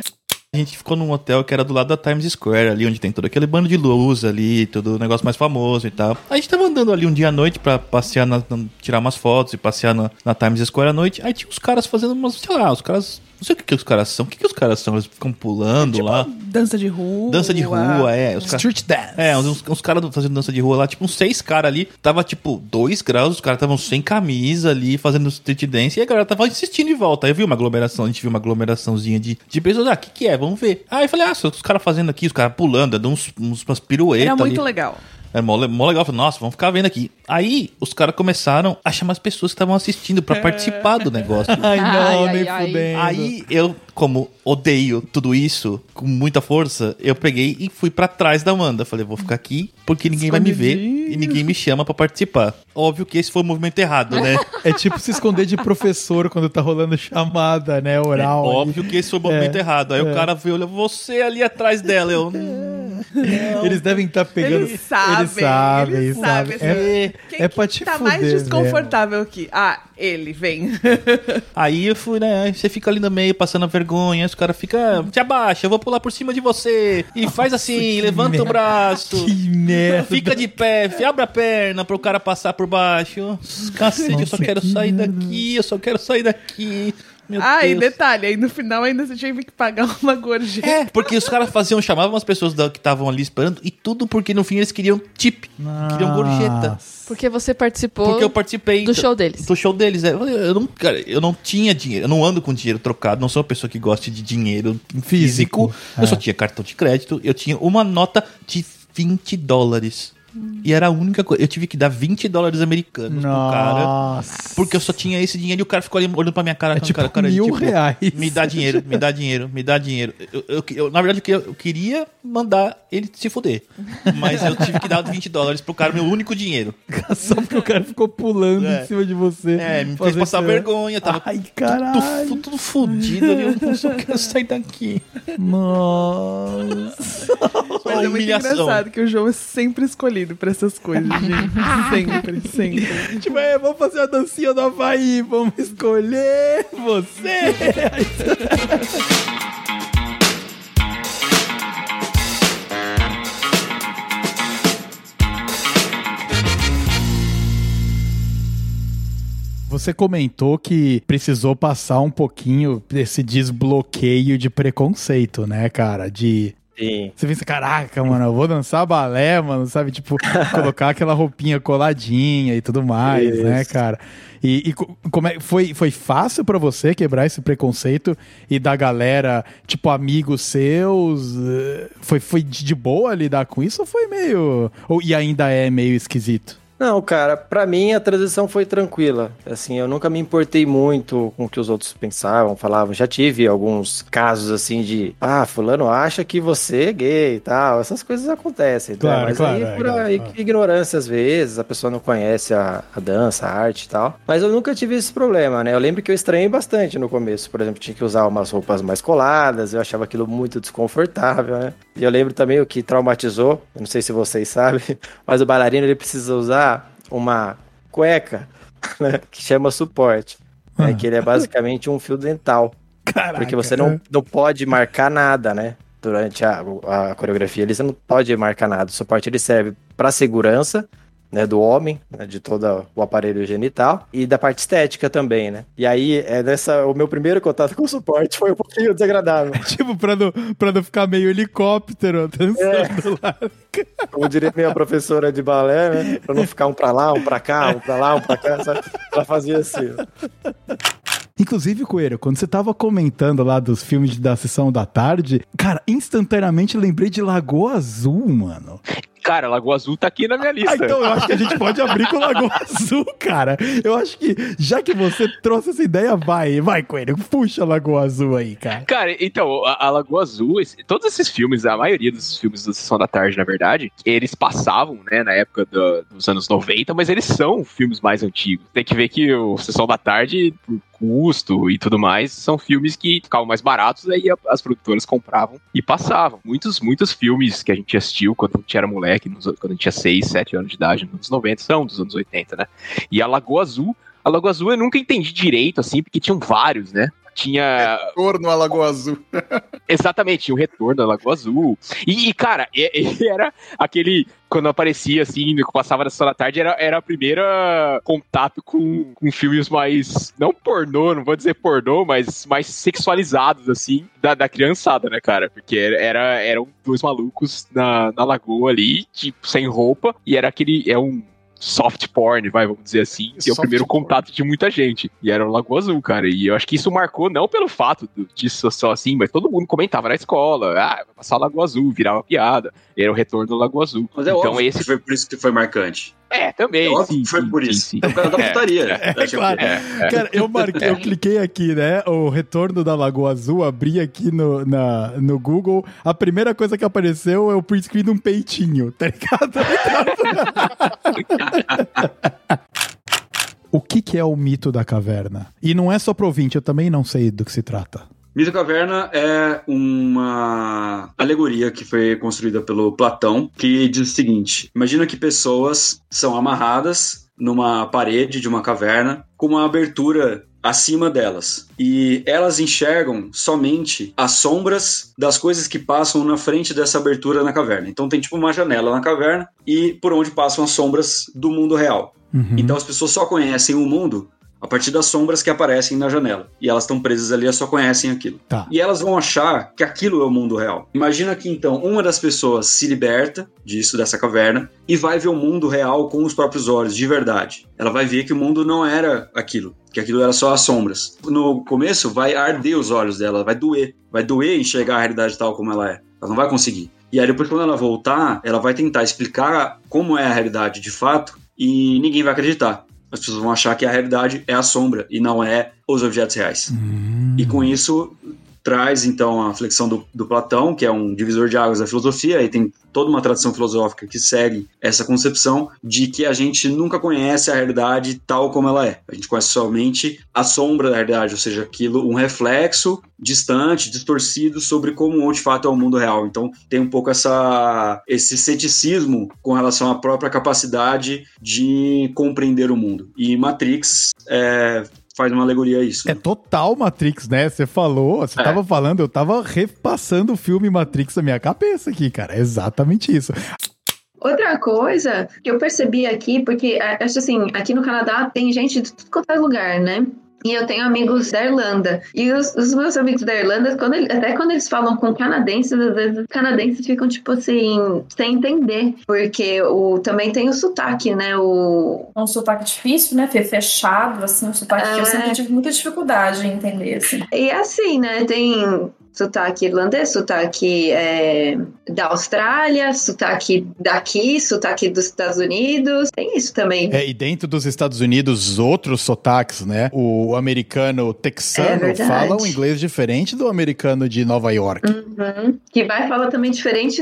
A gente ficou num hotel que era do lado da Times Square, ali onde tem todo aquele bando de luz ali, todo o negócio mais famoso e tal. A gente tava andando ali um dia à noite pra passear, tirar umas fotos e passear na Times Square à noite. Aí tinha uns caras fazendo umas, sei lá, os caras... Não sei o que os caras são. O que os caras são? Eles ficam pulando lá. Dança de rua. Dança de rua, Street dance. Uns caras fazendo dança de rua lá, tipo uns 6 caras ali. Tava tipo 2 graus, os caras estavam sem camisa ali, fazendo street dance. E a galera tava insistindo em volta. Aí eu vi uma aglomeração, a gente viu uma aglomeraçãozinha de pessoas. O que é? Vamos ver. Aí eu falei, os caras fazendo aqui, os caras pulando, dando umas piruetas. Era muito ali. legal. Era mó legal. Falei, nossa, vamos ficar vendo aqui. Aí, os caras começaram a chamar as pessoas que estavam assistindo pra participar do negócio. Ai, não, nem fudendo. Aí, eu, como odeio tudo isso com muita força, eu peguei e fui pra trás da Amanda. Falei, vou ficar aqui porque ninguém vai me ver e ninguém me chama pra participar. Óbvio que esse foi o movimento errado, né? É tipo se esconder de professor quando tá rolando chamada, né, oral. Óbvio que esse foi o movimento errado. Aí o cara veio, olha, você ali atrás dela. Eu... Eles devem estar pegando. Eles sabem. É pra te tá fuder, mais desconfortável aqui. Ele, vem. Aí eu fui, né? Você fica ali no meio passando a vergonha. Os caras ficam, te abaixa, eu vou pular por cima de você. E faz assim, levanta o braço. Que merda. Fica de pé, abre a perna pro cara passar por baixo. Cacete, eu só quero sair daqui. Meu e Deus. detalhe, aí no final ainda você tinha que pagar uma gorjeta. Porque os caras chamavam as pessoas que estavam ali esperando, e tudo porque no fim eles queriam tip, queriam gorjeta. Porque você participou. Porque eu participei do show deles. Do show deles. Eu não tinha dinheiro, eu não ando com dinheiro trocado, não sou uma pessoa que gosta de dinheiro físico. Eu só tinha cartão de crédito, eu tinha uma nota de $20. E era a única coisa. Eu tive que dar $20 americanos pro cara. Porque eu só tinha esse dinheiro e o cara ficou ali olhando pra minha cara. Tipo cara R$1.000. Me dá dinheiro. Na verdade, eu queria mandar ele se fuder. Mas eu tive que dar $20 pro cara, meu único dinheiro. Só porque o cara ficou pulando em cima de você. Me fez passar vergonha. Tava tudo fudido ali. Eu só quero sair daqui. Nossa. Mas é muito engraçado que o João é sempre escolhido pra essas coisas, gente. Sempre. Tipo, vamos fazer a dancinha do Havaí, vamos escolher você. Você comentou que precisou passar um pouquinho desse desbloqueio de preconceito, né, cara? Sim. Você pensa, caraca, mano, eu vou dançar balé, mano, sabe? Tipo, colocar aquela roupinha coladinha e tudo mais, né, cara? E como foi fácil pra você quebrar esse preconceito e da galera, tipo, amigos seus? Foi de boa lidar com isso ou foi meio... E ainda é meio esquisito? Não, cara, pra mim a transição foi tranquila. Assim, eu nunca me importei muito com o que os outros pensavam, falavam. Já tive alguns casos, assim, de... fulano acha que você é gay e tal. Essas coisas acontecem, claro, né? Mas claro, aí por ignorância, às vezes, a pessoa não conhece a dança, a arte e tal. Mas eu nunca tive esse problema, né? Eu lembro que eu estranhei bastante no começo. Por exemplo, tinha que usar umas roupas mais coladas, eu achava aquilo muito desconfortável, né? E eu lembro também o que traumatizou, eu não sei se vocês sabem, mas o bailarino, ele precisa usar uma cueca, né, que chama suporte, né, que ele é basicamente um fio dental. Caraca, porque você não pode marcar nada, né? Durante a coreografia, você não pode marcar nada. O suporte, ele serve para segurança, né, do homem, né, de todo o aparelho genital e da parte estética também, né? E aí, o meu primeiro contato com o suporte foi um pouquinho desagradável. Tipo, pra não ficar meio helicóptero dançando lá. Como diria minha professora de balé, né? Pra não ficar um pra lá, um pra cá, um pra lá, um pra cá, sabe? Ela fazia assim, ó. Inclusive, Coelho, quando você tava comentando lá dos filmes da Sessão da Tarde, cara, instantaneamente lembrei de Lagoa Azul, mano. Cara, Lagoa Azul tá aqui na minha lista. Então, eu acho que a gente pode abrir com Lagoa Azul, cara. Eu acho que, já que você trouxe essa ideia, vai, Coelho, puxa a Lagoa Azul aí, cara. Cara, então, a Lagoa Azul, todos esses filmes, a maioria dos filmes da Sessão da Tarde, na verdade, eles passavam, né, na época dos anos 90, mas eles são filmes mais antigos. Tem que ver que o Sessão da Tarde, por custo e tudo mais, são filmes que ficavam mais baratos, aí as produtoras compravam e passavam. Muitos filmes que a gente assistiu quando a gente era moleque, quando a gente tinha 6, 7 anos de idade, nos anos 90, são dos anos 80, né? E a Lagoa Azul eu nunca entendi direito, assim, porque tinham vários, né? Tinha... Retorno à Lagoa Azul. Exatamente, o Retorno à Lagoa Azul. E cara, era aquele... Quando aparecia, assim, passava na sessão da tarde, era a primeira contato com filmes mais... Não pornô, não vou dizer pornô, mas mais sexualizados, assim, da criançada, né, cara? Porque eram dois malucos na lagoa ali, tipo, sem roupa, e era um soft porn, vamos dizer assim, que é o primeiro contato de muita gente. E era o Lagoa Azul, cara. E eu acho que isso marcou, não pelo fato disso só assim, mas todo mundo comentava na escola, vai passar o Lagoa Azul, virava piada. Era o Retorno do Lagoa Azul. Mas então óbvio que foi por isso que foi marcante. Também. Sim, foi por isso. Sim. É por causa da putaria. Claro. Cara, eu cliquei aqui, né? O Retorno da Lagoa Azul, abri aqui no Google. A primeira coisa que apareceu é o print screen de um peitinho, tá ligado? O que é o mito da caverna? E não é só pro ouvinte, eu também não sei do que se trata. Mito da Caverna é uma alegoria que foi construída pelo Platão, que diz o seguinte: imagina que pessoas são amarradas numa parede de uma caverna com uma abertura acima delas. E elas enxergam somente as sombras das coisas que passam na frente dessa abertura na caverna. Então tem tipo uma janela na caverna e por onde passam as sombras do mundo real. Então as pessoas só conhecem o mundo a partir das sombras que aparecem na janela. E elas estão presas ali, elas só conhecem aquilo. Tá. E elas vão achar que aquilo é o mundo real. Imagina que, então, uma das pessoas se liberta dessa caverna, e vai ver o mundo real com os próprios olhos, de verdade. Ela vai ver que o mundo não era aquilo, que aquilo era só as sombras. No começo, vai arder os olhos dela, vai doer enxergar a realidade tal como ela é. Ela não vai conseguir. E aí, depois, quando ela voltar, ela vai tentar explicar como é a realidade de fato, e ninguém vai acreditar. As pessoas vão achar que a realidade é a sombra e não é os objetos reais. E com isso traz então a flexão do Platão, que é um divisor de águas da filosofia, e tem toda uma tradição filosófica que segue essa concepção de que a gente nunca conhece a realidade tal como ela é. A gente conhece somente a sombra da realidade, ou seja, aquilo, um reflexo distante, distorcido sobre como de fato é o mundo real. Então tem um pouco esse ceticismo com relação à própria capacidade de compreender o mundo. E Matrix faz uma alegoria a isso. É total Matrix, né? Você falou, você tava falando, eu tava repassando o filme Matrix na minha cabeça aqui, cara. É exatamente isso. Outra coisa que eu percebi aqui, porque acho assim, aqui no Canadá tem gente de tudo quanto é lugar, né? E eu tenho amigos da Irlanda. E os meus amigos da Irlanda, até quando eles falam com canadenses, às vezes os canadenses ficam, tipo assim, sem entender. Porque também tem o sotaque, né? É um sotaque difícil, né? Fechado, assim, um sotaque que eu sempre tive muita dificuldade em entender, assim. E assim, né? Tem sotaque irlandês, sotaque da Austrália, sotaque daqui, sotaque dos Estados Unidos, tem isso também. E dentro dos Estados Unidos, outros sotaques, né? O americano texano fala um inglês diferente do americano de Nova York. Que vai falar também diferente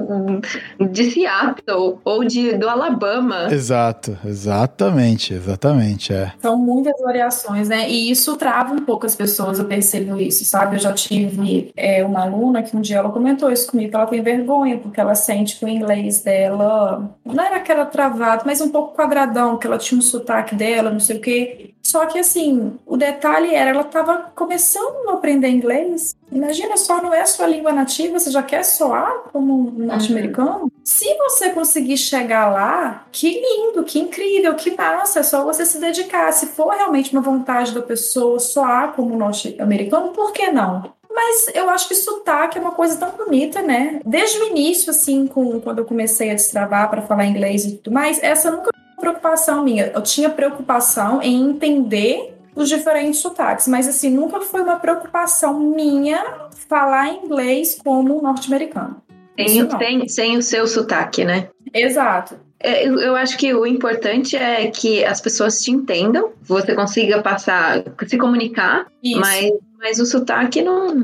de Seattle ou do Alabama. Exatamente. São muitas variações, né? E isso trava um pouco as pessoas, eu percebo isso, sabe? Eu já tive uma aluna que um dia ela comentou isso comigo, que ela tem vergonha, porque ela sente que o inglês dela não era que era travado, mas um pouco quadradão, que ela tinha um sotaque dela, não sei o quê. Só que assim, o detalhe ela estava começando a aprender inglês. Imagina só, não é a sua língua nativa, você já quer soar como um norte-americano? Se você conseguir chegar lá, que lindo, que incrível, que massa, é só você se dedicar. Se for realmente uma vontade da pessoa soar como um norte-americano, por que não? Mas eu acho que sotaque é uma coisa tão bonita, né? Desde o início, assim, quando eu comecei a destravar para falar inglês e tudo mais, essa nunca foi uma preocupação minha. Eu tinha preocupação em entender os diferentes sotaques, mas assim, nunca foi uma preocupação minha falar inglês como um norte-americano. Sem o seu sotaque, né? Exato. Eu acho que o importante é que as pessoas te entendam, você consiga se comunicar, mas o sotaque não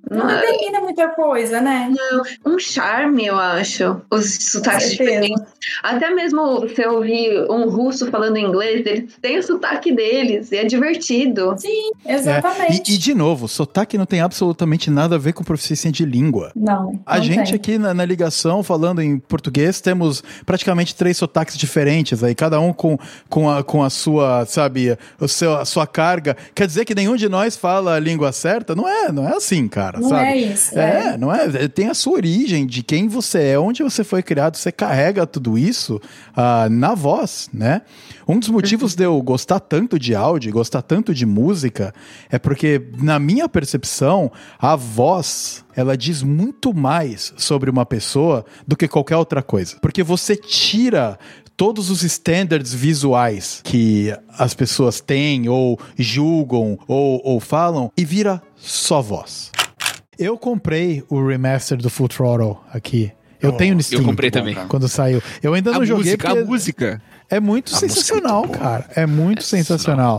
Não determina muita coisa, né? Não, um charme, eu acho. Os sotaques diferentes. Até mesmo você ouvir um russo falando inglês, eles têm o sotaque deles, e é divertido. Sim, exatamente. E de novo, sotaque não tem absolutamente nada a ver com proficiência de língua. Não. A gente aqui na ligação, falando em português, temos praticamente 3 sotaques diferentes aí, cada um com a sua, sabe, a sua carga. Quer dizer que nenhum de nós fala a língua certa? Não é assim, cara. Não sabe? é isso. Não é. Tem a sua origem, de quem você é, onde você foi criado, você carrega tudo isso na voz, né? Um dos motivos de eu gostar tanto de áudio, gostar tanto de música, é porque, na minha percepção, a voz, ela diz muito mais sobre uma pessoa do que qualquer outra coisa. Porque você tira todos os standards visuais que as pessoas têm, ou julgam, ou falam, e vira só voz. Eu comprei o remaster do Full Throttle aqui. Eu tenho no Steam. Eu comprei também. Quando saiu. Eu ainda não joguei A música. É muito sensacional, cara. É muito sensacional.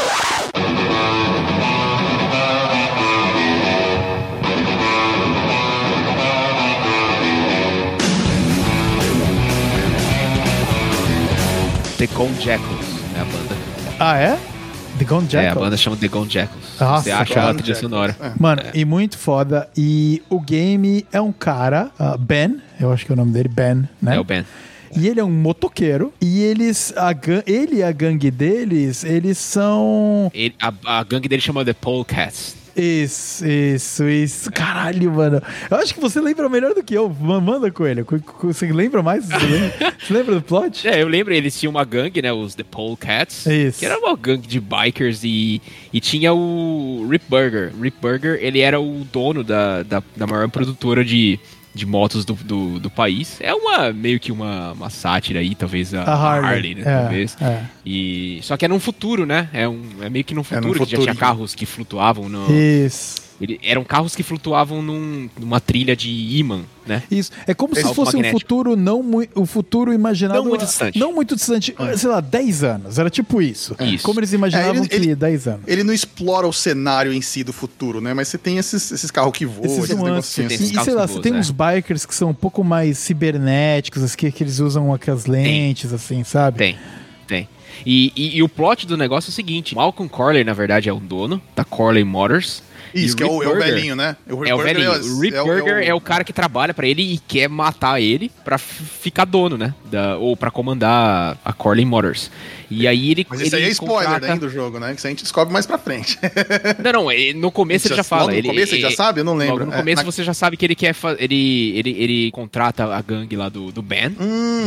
The Gone Jackals é a banda. Ah, é? The Gone Jackals? É, a banda chama The Gone Jackals. Nossa, você acha a trilha sonora. Mano, e muito foda. E o game é um cara, Ben, eu acho que é o nome dele, Ben, né? É o Ben. E ele é um motoqueiro. E ele e a gangue deles, eles são... A gangue dele chama The Polecats. Isso. Caralho, mano. Eu acho que você lembra melhor do que eu. Manda, Coelho. Você lembra mais? Você lembra do plot? Eu lembro. Eles tinham uma gangue, né? Os The Polecats. Isso. Que era uma gangue de bikers e tinha o Rip Burger. Rip Burger, ele era o dono da maior produtora de motos do país. É meio que uma sátira aí, talvez a Harley, né? Talvez. E, só que é num futuro, né? É meio que num futuro que já tinha carros que flutuavam no... Isso. Eram carros que flutuavam numa trilha de ímã, né? Isso. É como se fosse um futuro o futuro imaginado... Não muito distante. Não muito distante, sei lá, 10 anos. Era tipo isso. Como eles imaginavam que 10 anos. Ele não explora o cenário em si do futuro, né? Mas você tem esses carros que voam, esses negocinhos assim. E sei lá, você tem uns bikers que são um pouco mais cibernéticos, que eles usam aquelas lentes, assim, sabe? Tem. E o plot do negócio é o seguinte: Malcolm Corley, na verdade, é o dono da Corley Motors. Isso, que é o velhinho, né? O velhinho. O Rip Burger é o cara que trabalha pra ele e quer matar ele pra ficar dono, né? Ou pra comandar a Corley Motors. E aí ele... Mas isso aí é spoiler daí do jogo, né? Que isso a gente descobre mais pra frente. Não, no começo ele já fala. No começo ele já sabe? Eu não lembro. No começo você já sabe que ele quer... Ele contrata a gangue lá do Ben.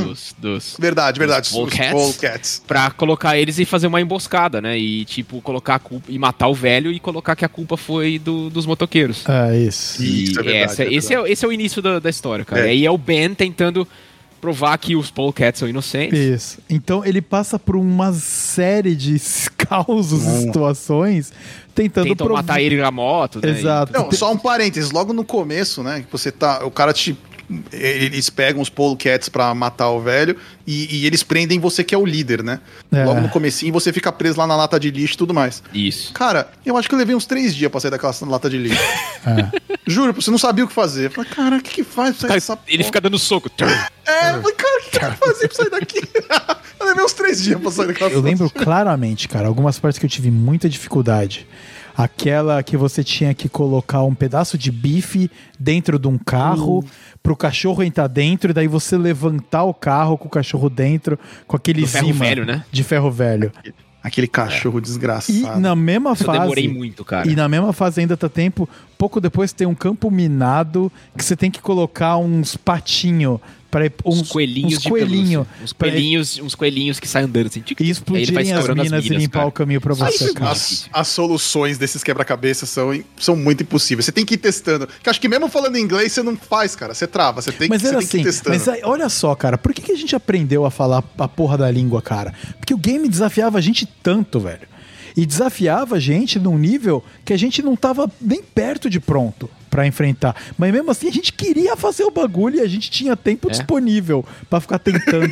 Verdade. Os Polecats. Pra colocar eles e fazer uma emboscada, né? E tipo, colocar a culpa... E matar o velho e colocar que a culpa foi dos motoqueiros. Isso. Isso é verdade. Esse é o início da história, cara. E aí é o Ben tentando provar que os Polecats são inocentes. Isso. Então ele passa por uma série de causos e situações tentam matar ele na moto, né? Exato. Não, só um parênteses, logo no começo, né, que você tá, o cara eles pegam os Polecats pra matar o velho e eles prendem você que é o líder, né? Logo no comecinho você fica preso lá na lata de lixo e tudo mais. Isso. Cara, eu acho que eu levei uns 3 dias pra sair daquela lata de lixo. Juro, você não sabia o que fazer. Eu falei, cara, o que faz pra sair dessa Ele fica dando soco. Eu falei, cara, o que eu fazer pra sair daqui? Eu levei uns 3 dias pra sair daquela Eu lembro claramente, cara, algumas partes que eu tive muita dificuldade. Aquela que você tinha que colocar um pedaço de bife dentro de um carro pro cachorro entrar dentro e daí você levantar o carro com o cachorro dentro com aquele ferro velho, né? De ferro velho. Aquele cachorro desgraçado. E na mesma fase... Eu demorei muito, cara. E na mesma fase ainda tá tempo... Pouco depois tem um campo minado que você tem que colocar uns patinhos para uns coelhinhos de pelúcia. Uns coelhinhos que saem andando assim. E explodirem as minas e limpar o caminho pra você, cara. As soluções desses quebra-cabeças são muito impossíveis. Você tem que ir testando. Porque acho que mesmo falando em inglês, você não faz, cara. Você trava. Você tem, que ir testando. Mas aí, olha só, cara. Por que a gente aprendeu a falar a porra da língua, cara? Porque o game desafiava a gente tanto, velho. E desafiava a gente num nível que a gente não tava nem perto de pronto pra enfrentar. Mas mesmo assim a gente queria fazer o bagulho e a gente tinha tempo disponível pra ficar tentando.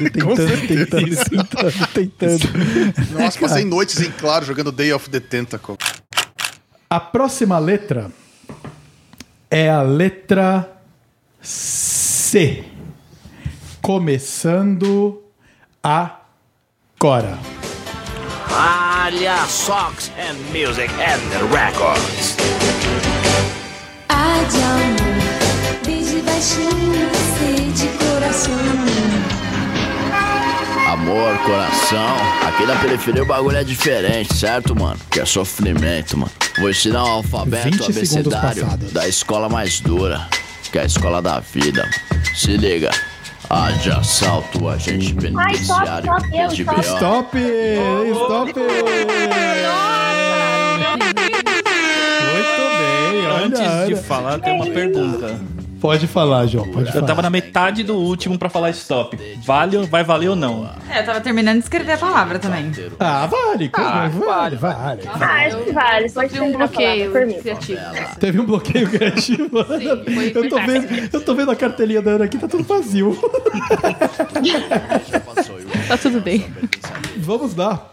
Nossa, passei noites em claro jogando Day of the Tentacle. A próxima letra é a letra C. Começando agora. Alia Socks and Music and Records. Ah, de amor, desde baixinho você de coração. Amor, coração, aqui na periferia o bagulho é diferente, certo, mano? Que é sofrimento, mano. Vou ensinar o alfabeto abecedário da escola mais dura, que é a escola da vida, mano. Se liga. A de assalto, agente penitenciário, Stop! Stop! Muito bem, olha. Antes de falar, tem uma pergunta. Pode falar, João, pode falar. Eu tava na metade do último pra falar stop. Vai valer ou não? Eu tava terminando de escrever a palavra também. Ah, vale. Vale. Acho que vale. Pode ter um bloqueio criativo. Teve um bloqueio criativo? Sim, foi eu tô vendo a cartelinha da Ana aqui, tá tudo vazio. Tá tudo bem. Vamos lá.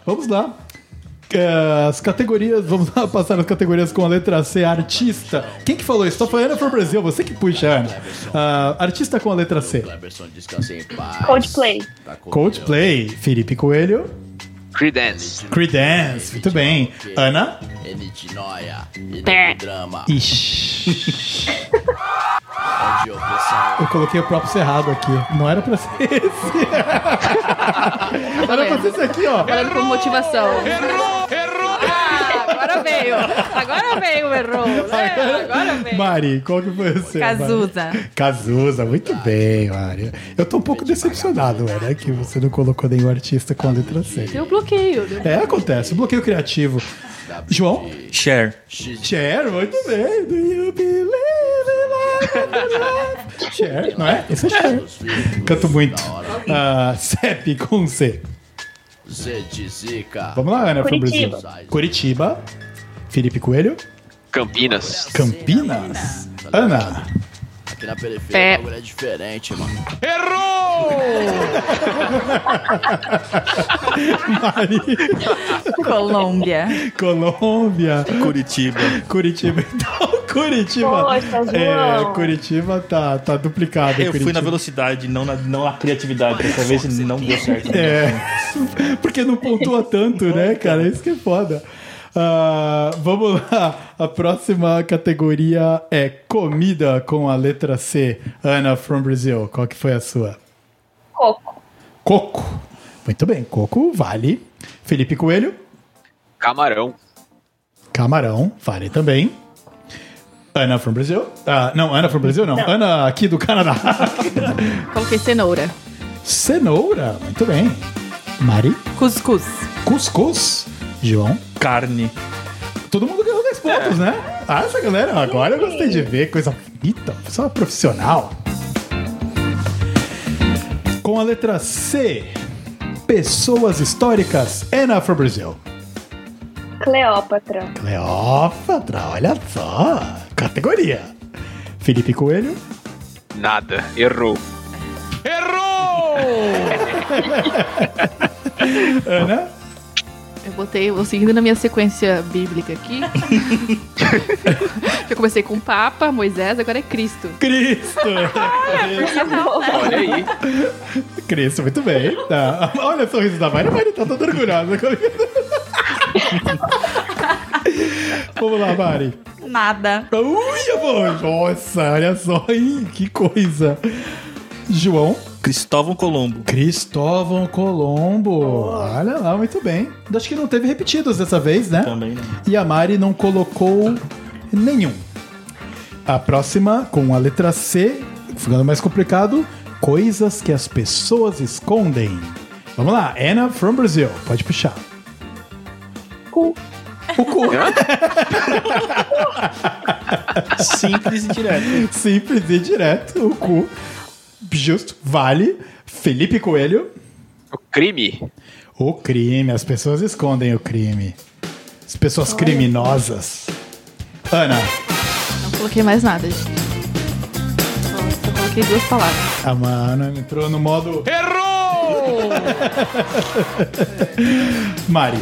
As categorias, vamos lá passar as categorias com a letra C, artista. Quem que falou isso? Tô falando pro Brasil, você que puxa, Ana. Artista com a letra C. Coldplay. Felipe Coelho. Creedence, muito bem. Ana. Ixi. Eu coloquei o próprio errado aqui. Não era pra ser esse. Era pra ser esse aqui, ó. Falando com motivação. Errou! Agora veio, errou. Agora veio. Mari, qual que foi o seu? Cazuza, muito bem, Mari. Eu tô um pouco decepcionado, né? Que você não colocou nenhum artista com a letra C. Tem um bloqueio, né? Acontece, bloqueio criativo. João? Cher, muito bem. Do you believe in love? Cher, não é? Esse é Cher. Canto muito. CEP com C. Vamos lá, Ana, from Brasil. Curitiba. Felipe Coelho. Campinas. Ana. Aqui na periferia o bagulho é diferente, mano. Errou! Mari. Colômbia. Curitiba. Então, Curitiba. Poxa, João. Curitiba tá duplicado. eu fui na velocidade, não na criatividade. Dessa vez não deu certo. Porque não pontua tanto, né, cara? Isso que é foda. Vamos lá. A próxima categoria é comida com a letra C. Ana from Brazil, qual que foi a sua? Coco. Muito bem, coco vale. Felipe Coelho. Camarão, vale também. Ana from Brazil. Não, Ana from Brazil não. Ana aqui do Canadá. Coloquei cenoura, muito bem. Mari. Cuscuz. João. Carne. Todo mundo ganhou 10 pontos, né? Essa galera, agora eu gostei de ver. Coisa bonita, pessoal profissional. Com a letra C, pessoas históricas. Ana from Brazil. Cleópatra, olha só. Categoria. Felipe Coelho. nada, errou. Ana? Eu vou seguindo na minha sequência bíblica aqui. Eu comecei com Papa, Moisés, agora é Cristo. Olha aí. Cristo, muito bem. Tá. Olha o sorriso da Mari, a Mari tá toda orgulhosa. Vamos lá, Mari. Nada. Ui, amor. Nossa, olha só, hein? Que coisa. João. Cristóvão Colombo. Olha lá, muito bem. Acho que não teve repetidos dessa vez, né? Também não. E a Mari não colocou nenhum. A próxima, com a letra C, ficando mais complicado, coisas que as pessoas escondem. Vamos lá, Ana from Brazil. Pode puxar. Cu. O cu. Simples e direto. O cu. Justo. Vale. Felipe Coelho. O crime. As pessoas escondem o crime. As pessoas criminosas. Ana. Não coloquei mais nada, gente. Só coloquei 2 palavras. A Mano entrou no modo... Errou! Mari.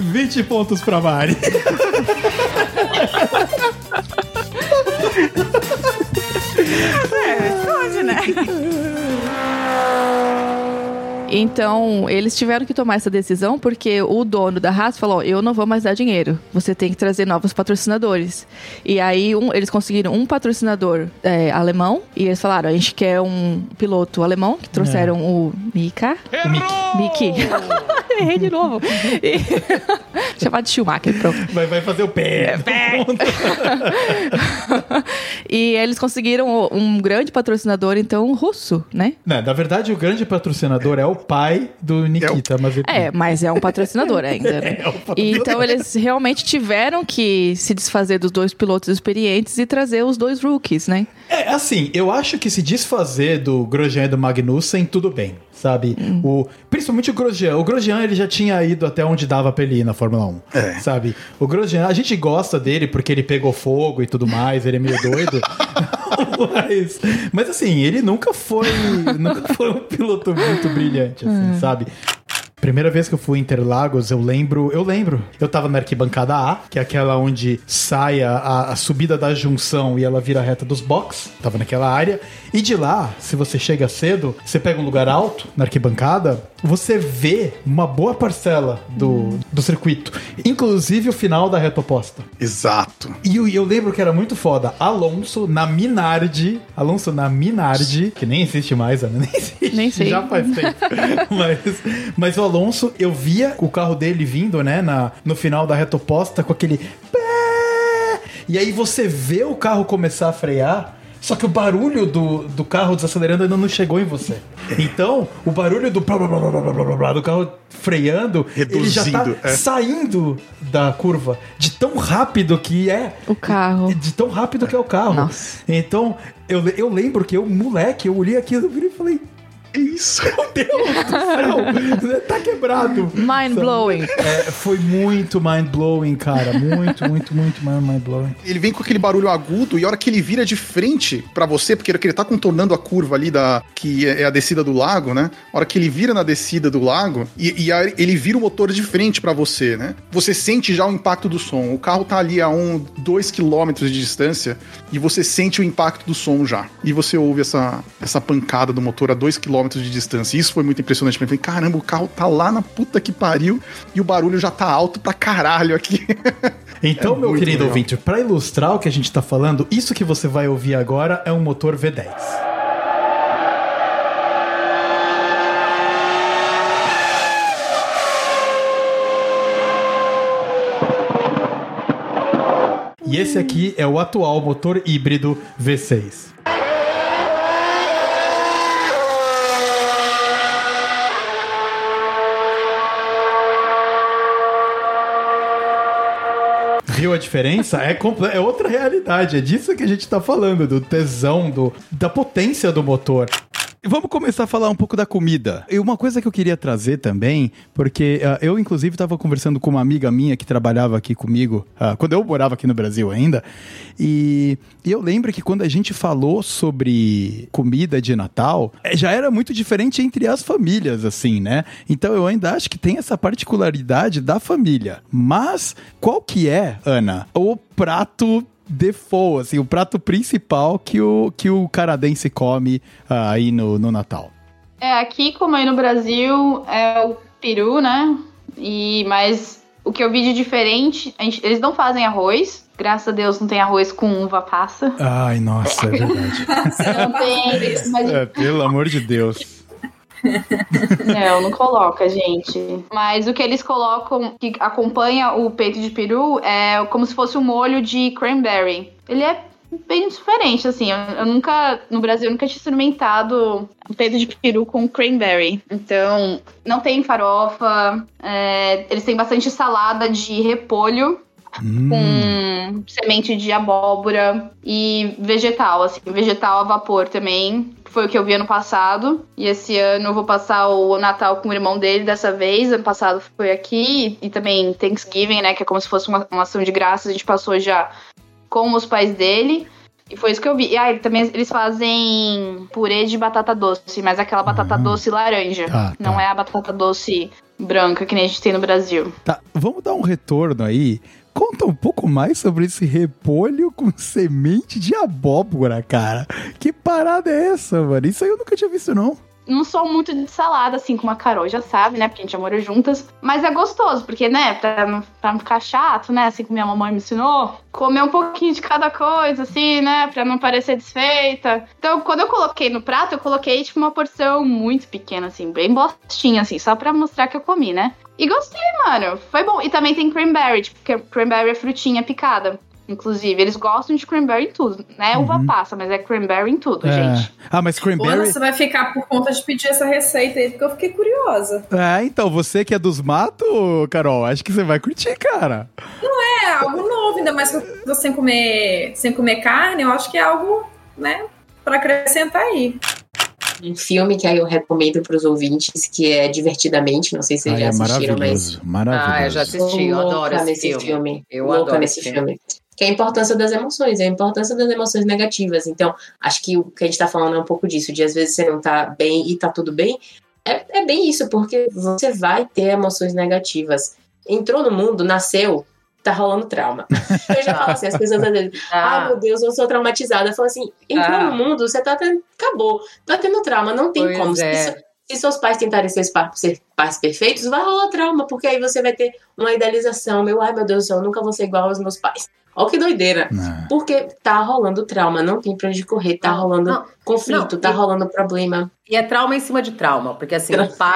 20 pontos pra Mari. Esconde, né? Então, eles tiveram que tomar essa decisão porque o dono da Haas falou, eu não vou mais dar dinheiro, você tem que trazer novos patrocinadores. E aí, eles conseguiram um patrocinador alemão e eles falaram, a gente quer um piloto alemão, que trouxeram o Mika. O Mickey. Errei de novo. Chamado de Schumacher, pronto. Vai fazer o pé. E eles conseguiram um grande patrocinador, então, russo, né? Não, na verdade, o grande patrocinador é o pai do Nikita. Mas é um patrocinador ainda, né? Então, eles realmente tiveram que se desfazer dos 2 pilotos experientes e trazer os 2 rookies, né? Assim, eu acho que se desfazer do Grosjean e do Magnussen, tudo bem, sabe? Principalmente o Grosjean. O Grosjean, ele já tinha ido até onde dava pra ele ir na Fórmula 1, sabe? O Grosjean, a gente gosta dele porque ele pegou fogo e tudo mais, ele é meio doido. mas assim, ele nunca foi um piloto muito brilhante, assim, sabe? Primeira vez que eu fui em Interlagos, eu lembro. Eu tava na arquibancada A, que é aquela onde sai a subida da junção e ela vira a reta dos box. Tava naquela área. E de lá, se você chega cedo, você pega um lugar alto na arquibancada, você vê uma boa parcela do circuito. Inclusive o final da reta oposta. Exato. E eu lembro que era muito foda. Alonso na Minardi, que nem existe mais, Ana. Nem existe. Nem sei. Já faz tempo. Mas o Alonso, eu via o carro dele vindo, né, no final da reta oposta com aquele pé. E aí você vê o carro começar a frear, só que o barulho do carro desacelerando ainda não chegou em você. Então, o barulho do blá, blá, blá, blá, blá, blá, blá, do carro freando, reduzindo, ele já tá saindo da curva de tão rápido que é o carro. De tão rápido que é o carro. Nossa. Então, eu lembro que moleque, eu olhei aquilo e falei, isso, meu Deus do céu, tá quebrado. Mind-blowing. Foi muito mind-blowing, cara. Muito mind-blowing. Ele vem com aquele barulho agudo e a hora que ele vira de frente pra você, porque ele tá contornando a curva ali que é a descida do lago, né? A hora que ele vira na descida do lago e ele vira o motor de frente pra você, né? Você sente já o impacto do som. O carro tá ali a 2 quilômetros de distância e você sente o impacto do som já. E você ouve essa pancada do motor a 2 quilômetros de distância. Isso foi muito impressionante. Eu falei, caramba, o carro tá lá na puta que pariu e o barulho já tá alto pra caralho aqui. Então, meu querido ouvinte, pra ilustrar o que a gente tá falando, isso que você vai ouvir agora é um motor V10. E esse aqui é o atual motor híbrido V6. Viu a diferença? É outra realidade. É disso que a gente tá falando, do tesão, da potência do motor. Vamos começar a falar um pouco da comida. E uma coisa que eu queria trazer também, porque eu, inclusive, estava conversando com uma amiga minha que trabalhava aqui comigo, quando eu morava aqui no Brasil ainda, e eu lembro que quando a gente falou sobre comida de Natal, já era muito diferente entre as famílias, assim, né? Então eu ainda acho que tem essa particularidade da família. Mas qual que é, Ana, o prato default, assim, o prato principal que o canadense come aí no Natal? Aqui, como aí no Brasil, é o peru, né? Mas o que eu vi de diferente, eles não fazem arroz. Graças a Deus não tem arroz com uva passa. Ai, nossa, é verdade. Não tem, mas... pelo amor de Deus. Não coloca, gente. Mas o que eles colocam, que acompanha o peito de peru, é como se fosse um molho de cranberry. Ele é bem diferente, assim. No Brasil, eu nunca tinha experimentado o peito de peru com cranberry. Então, não tem farofa. Eles têm bastante salada de repolho. Com semente de abóbora e vegetal, assim, vegetal a vapor também. Foi o que eu vi ano passado. E esse ano eu vou passar o Natal com o irmão dele dessa vez. Ano passado foi aqui. E também Thanksgiving, né? Que é como se fosse uma ação de graças. A gente passou já com os pais dele. E foi isso que eu vi. E também eles fazem purê de batata doce, mas aquela batata doce laranja. Não é a batata doce branca, que nem a gente tem no Brasil. Tá, vamos dar um retorno aí. Conta um pouco mais sobre esse repolho com semente de abóbora, cara. Que parada é essa, mano? Isso aí eu nunca tinha visto, não. Não sou muito de salada, assim, como a Carol já sabe, né? Porque a gente já morou juntas. Mas é gostoso, porque, né? Pra não ficar chato, né? Assim como minha mamãe me ensinou. Comer um pouquinho de cada coisa, assim, né? Pra não parecer desfeita. Então, quando eu coloquei no prato, eu coloquei, tipo, uma porção muito pequena, assim. Bem bostinha, assim. Só pra mostrar que eu comi, né? E gostei, mano. Foi bom. E também tem cranberry, tipo, porque cranberry é frutinha picada. Inclusive, eles gostam de cranberry em tudo. Não é uva passa, mas é cranberry em tudo, gente. Ah, mas cranberry... Você vai ficar por conta de pedir essa receita aí, porque eu fiquei curiosa. Então, você que é dos matos, Carol, acho que você vai curtir, cara. Não é algo novo, ainda mais que sem comer carne, eu acho que é algo, né, pra acrescentar aí. Um filme que aí eu recomendo para os ouvintes, que é Divertidamente, não sei se vocês já assistiram, mas... Maravilhoso. Eu já assisti, eu adoro esse filme. Eu adoro esse filme. Que é a importância das emoções, é a importância das emoções negativas. Então, acho que o que a gente tá falando é um pouco disso, de às vezes você não tá bem e tá tudo bem. É bem isso, porque você vai ter emoções negativas. Entrou no mundo, nasceu, tá rolando trauma. Eu já falo assim, as pessoas às vezes, meu Deus, eu sou traumatizada. Eu falo assim, entrou no mundo, você tá tendo, acabou, tá tendo trauma, não tem como. Se seus pais tentarem ser pais perfeitos, vai rolar trauma, porque aí você vai ter uma idealização, meu Deus do céu, eu nunca vou ser igual aos meus pais. Olha que doideira. Porque tá rolando trauma, não tem pra onde correr, tá rolando conflito, tá rolando problema. E é trauma em cima de trauma, porque assim,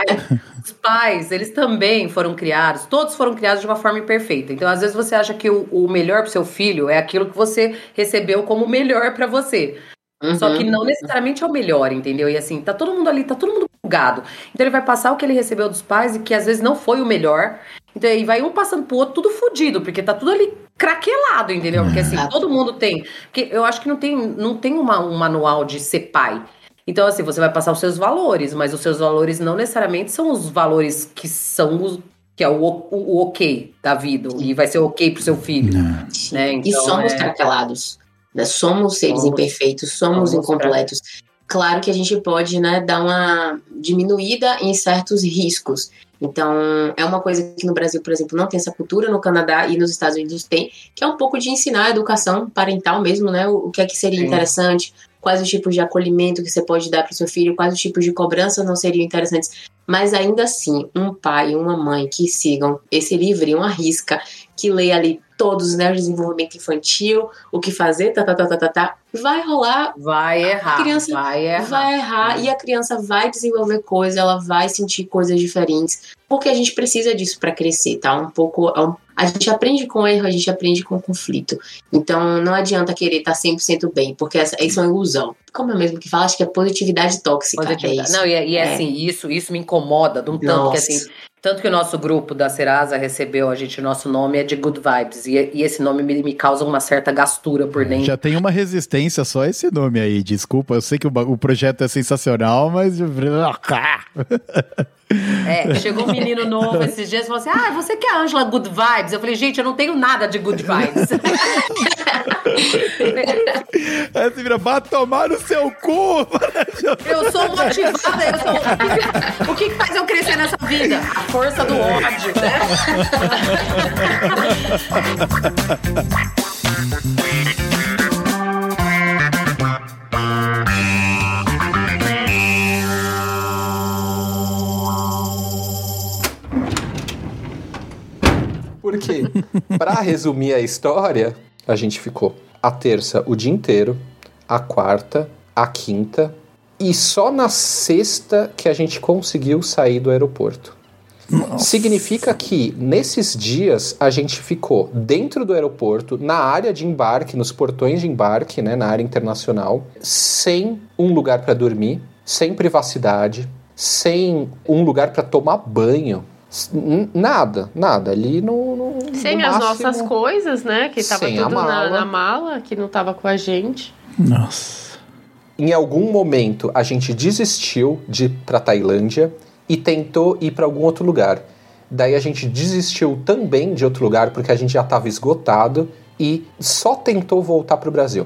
os pais, eles também foram criados, todos foram criados de uma forma imperfeita. Então, às vezes você acha que o melhor pro seu filho é aquilo que você recebeu como melhor pra você. Só que não necessariamente é o melhor, entendeu? E assim, tá todo mundo ali, tá todo mundo bugado. Então ele vai passar o que ele recebeu dos pais e que às vezes não foi o melhor. Então aí vai um passando pro outro tudo fodido, porque tá tudo ali craquelado, entendeu? Porque assim, todo mundo tem... Porque eu acho que não tem um manual de ser pai. Então assim, você vai passar os seus valores, mas os seus valores não necessariamente são os valores que são que é o ok da vida, e vai ser ok pro seu filho. Né? Então, e somos craquelados. Né? Somos seres imperfeitos, somos incompletos. Claro que a gente pode, né, dar uma diminuída em certos riscos. Então, é uma coisa que no Brasil, por exemplo, não tem essa cultura, no Canadá e nos Estados Unidos tem, que é um pouco de ensinar a educação parental mesmo, né? O que é que seria interessante, quais os tipos de acolhimento que você pode dar para o seu filho, quais os tipos de cobrança não seriam interessantes. Mas ainda assim, um pai e uma mãe que sigam esse livrinho à risca, que leia ali todos, né, o desenvolvimento infantil, o que fazer, vai rolar. Vai errar. A criança vai errar e a criança vai desenvolver coisas, ela vai sentir coisas diferentes, porque a gente precisa disso para crescer, tá? A gente aprende com erro, a gente aprende com conflito. Então, não adianta querer estar 100% bem, porque isso é uma ilusão. Como eu mesmo que falo, acho que é positividade tóxica. É isso. Não, assim, isso me incomoda de um tanto que assim... Tanto que o nosso grupo da Serasa recebeu o nosso nome é de Good Vibes. E esse nome me causa uma certa gastura por dentro. Já tem uma resistência só esse nome aí. Desculpa, eu sei que o projeto é sensacional, mas... Chegou um menino novo esses dias e falou assim, você que é a Ângela Good Vibes? Eu falei, gente, eu não tenho nada de Good Vibes. Aí você vira, vá tomar no seu cu! Eu sou motivada, o que faz eu crescer nessa vida? A força do ódio, né? Porque, pra resumir a história, a gente ficou a terça o dia inteiro, a quarta, a quinta, e só na sexta que a gente conseguiu sair do aeroporto. Nossa. Significa que, nesses dias, a gente ficou dentro do aeroporto, na área de embarque, nos portões de embarque, né, na área internacional, sem um lugar para dormir, sem privacidade, sem um lugar para tomar banho. Nada. Ali no sem no as máximo, nossas coisas, né? Que tava tudo na mala, que não tava com a gente. Nossa. Em algum momento, a gente desistiu de ir pra Tailândia e tentou ir para algum outro lugar. Daí a gente desistiu também de outro lugar, porque a gente já estava esgotado e só tentou voltar pro Brasil.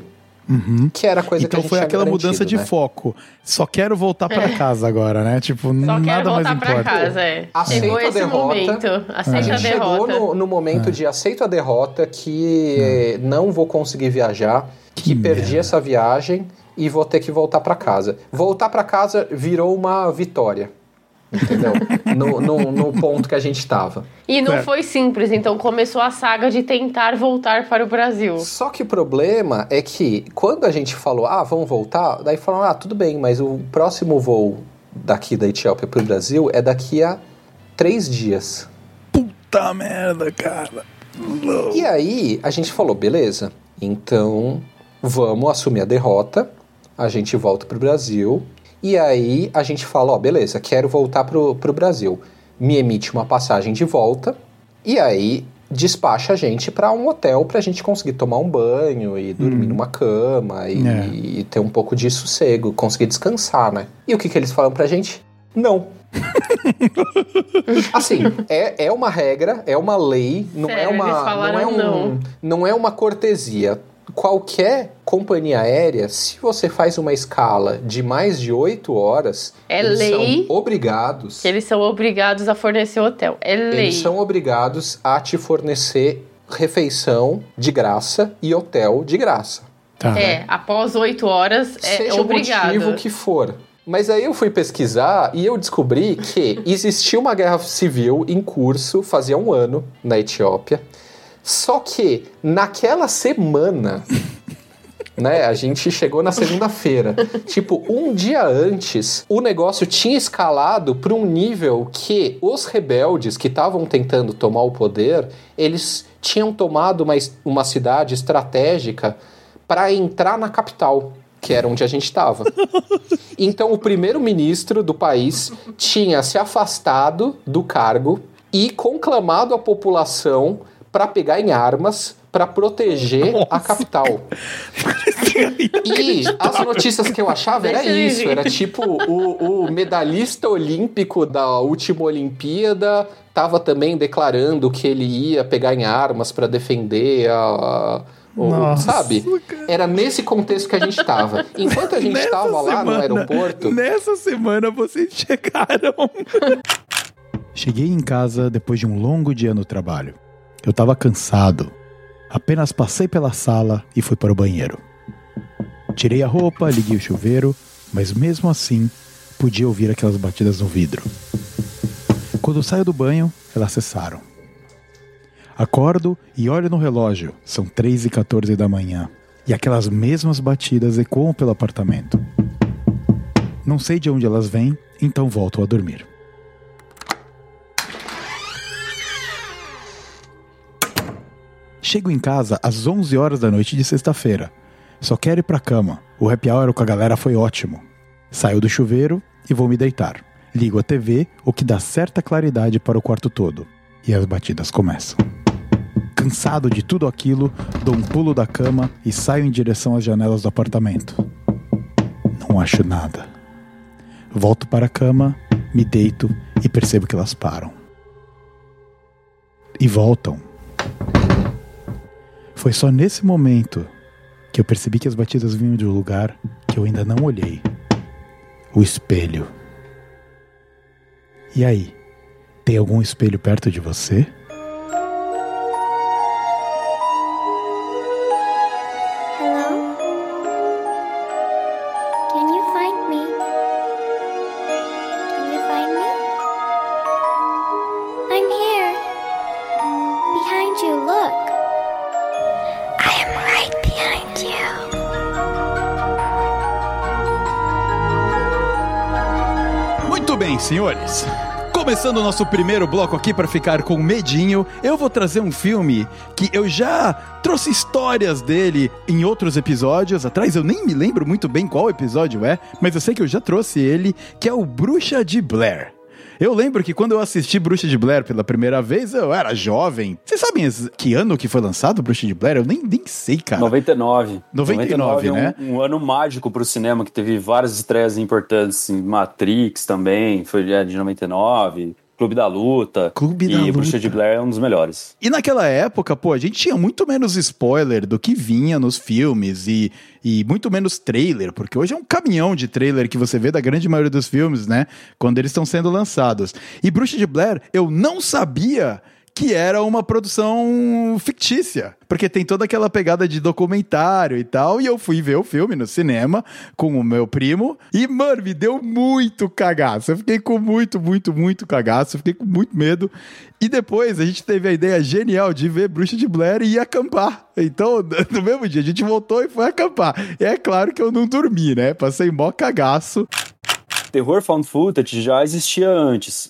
Que era a coisa então que a gente foi tinha aquela mudança de né? foco. Só quero voltar pra casa agora, né? Tipo, Só nada quero mais voltar importa. pra casa, Aceito a derrota. Aceita a gente derrota. chegou no momento de aceito a derrota, que não vou conseguir viajar, que perdi essa viagem e vou ter que voltar pra casa. Voltar pra casa virou uma vitória. Entendeu? no ponto que a gente estava. E não foi simples, então começou a saga de tentar voltar para o Brasil. Só que o problema é que quando a gente falou, vamos voltar, daí falaram, tudo bem, mas o próximo voo daqui da Etiópia para o Brasil é daqui a 3 dias. Puta merda, cara. E aí a gente falou, beleza, então vamos assumir a derrota, a gente volta para o Brasil. E aí a gente fala, beleza, quero voltar pro Brasil. Me emite uma passagem de volta e aí despacha a gente para um hotel pra gente conseguir tomar um banho e dormir numa cama e ter um pouco de sossego, conseguir descansar, né? E o que eles falam pra gente? Não. Assim, é uma regra, é uma lei, não Sério, é uma eles falaram não é uma cortesia. Qualquer companhia aérea, se você faz uma escala de mais de 8 horas, eles lei são obrigados... que eles são obrigados a fornecer hotel. É lei. Eles são obrigados a te fornecer refeição de graça e hotel de graça. Após 8 horas, Seja obrigado. Seja o motivo que for. Mas aí eu fui pesquisar e eu descobri que existia uma guerra civil em curso fazia 1 ano na Etiópia. Só que naquela semana, né, a gente chegou na segunda-feira, tipo, um dia antes, o negócio tinha escalado para um nível que os rebeldes que estavam tentando tomar o poder, eles tinham tomado uma cidade estratégica para entrar na capital, que era onde a gente estava. Então o primeiro-ministro do país tinha se afastado do cargo e conclamado a população para pegar em armas, para proteger a capital. E as notícias que eu achava era isso, era tipo o medalhista olímpico da última Olimpíada tava também declarando que ele ia pegar em armas para defender sabe? Era nesse contexto que a gente tava. Enquanto a gente tava lá no aeroporto... Nessa semana vocês chegaram. Cheguei em casa depois de um longo dia no trabalho. Eu tava cansado. Apenas passei pela sala e fui para o banheiro. Tirei a roupa, liguei o chuveiro, mas mesmo assim podia ouvir aquelas batidas no vidro. Quando saio do banho, elas cessaram. Acordo e olho no relógio. São 3h14 da manhã. E aquelas mesmas batidas ecoam pelo apartamento. Não sei de onde elas vêm, então volto a dormir. Chego em casa às 11 horas da noite de sexta-feira. Só quero ir pra cama. O happy hour com a galera foi ótimo. Saio do chuveiro e vou me deitar. Ligo a TV, o que dá certa claridade para o quarto todo. E as batidas começam. Cansado de tudo aquilo, dou um pulo da cama e saio em direção às janelas do apartamento. Não acho nada. Volto para a cama, me deito e percebo que elas param. E voltam. Foi só nesse momento que eu percebi que as batidas vinham de um lugar que eu ainda não olhei. O espelho. E aí? Tem algum espelho perto de você? Hello? Can you find me? Can you find me? I'm here. Behind you, look. I am right behind you. Muito bem, senhores. Começando o nosso primeiro bloco aqui para ficar com medinho, eu vou trazer um filme que eu já trouxe histórias dele em outros episódios atrás. Eu nem me lembro muito bem qual episódio é, mas eu sei que eu já trouxe ele, que é o Bruxa de Blair. Eu lembro que quando eu assisti Bruxa de Blair pela primeira vez, eu era jovem. Vocês sabem que ano que foi lançado Bruxa de Blair? Eu nem sei, cara. 99, né? Um ano mágico pro cinema, que teve várias estreias importantes, assim, Matrix também, foi de 99. Clube da Luta. E Bruxa de Blair é um dos melhores. E naquela época, pô, a gente tinha muito menos spoiler do que vinha nos filmes e muito menos trailer, porque hoje é um caminhão de trailer que você vê da grande maioria dos filmes, né? Quando eles estão sendo lançados. E Bruxa de Blair, eu não sabia que era uma produção fictícia, porque tem toda aquela pegada de documentário e tal, e eu fui ver o filme no cinema com o meu primo, e, mano, me deu muito cagaço, eu fiquei com muito cagaço, eu fiquei com muito medo, e depois a gente teve a ideia genial de ver Bruxa de Blair e ir acampar, então, no mesmo dia, a gente voltou e foi acampar, e é claro que eu não dormi, né, passei mó cagaço. Terror found footage já existia antes,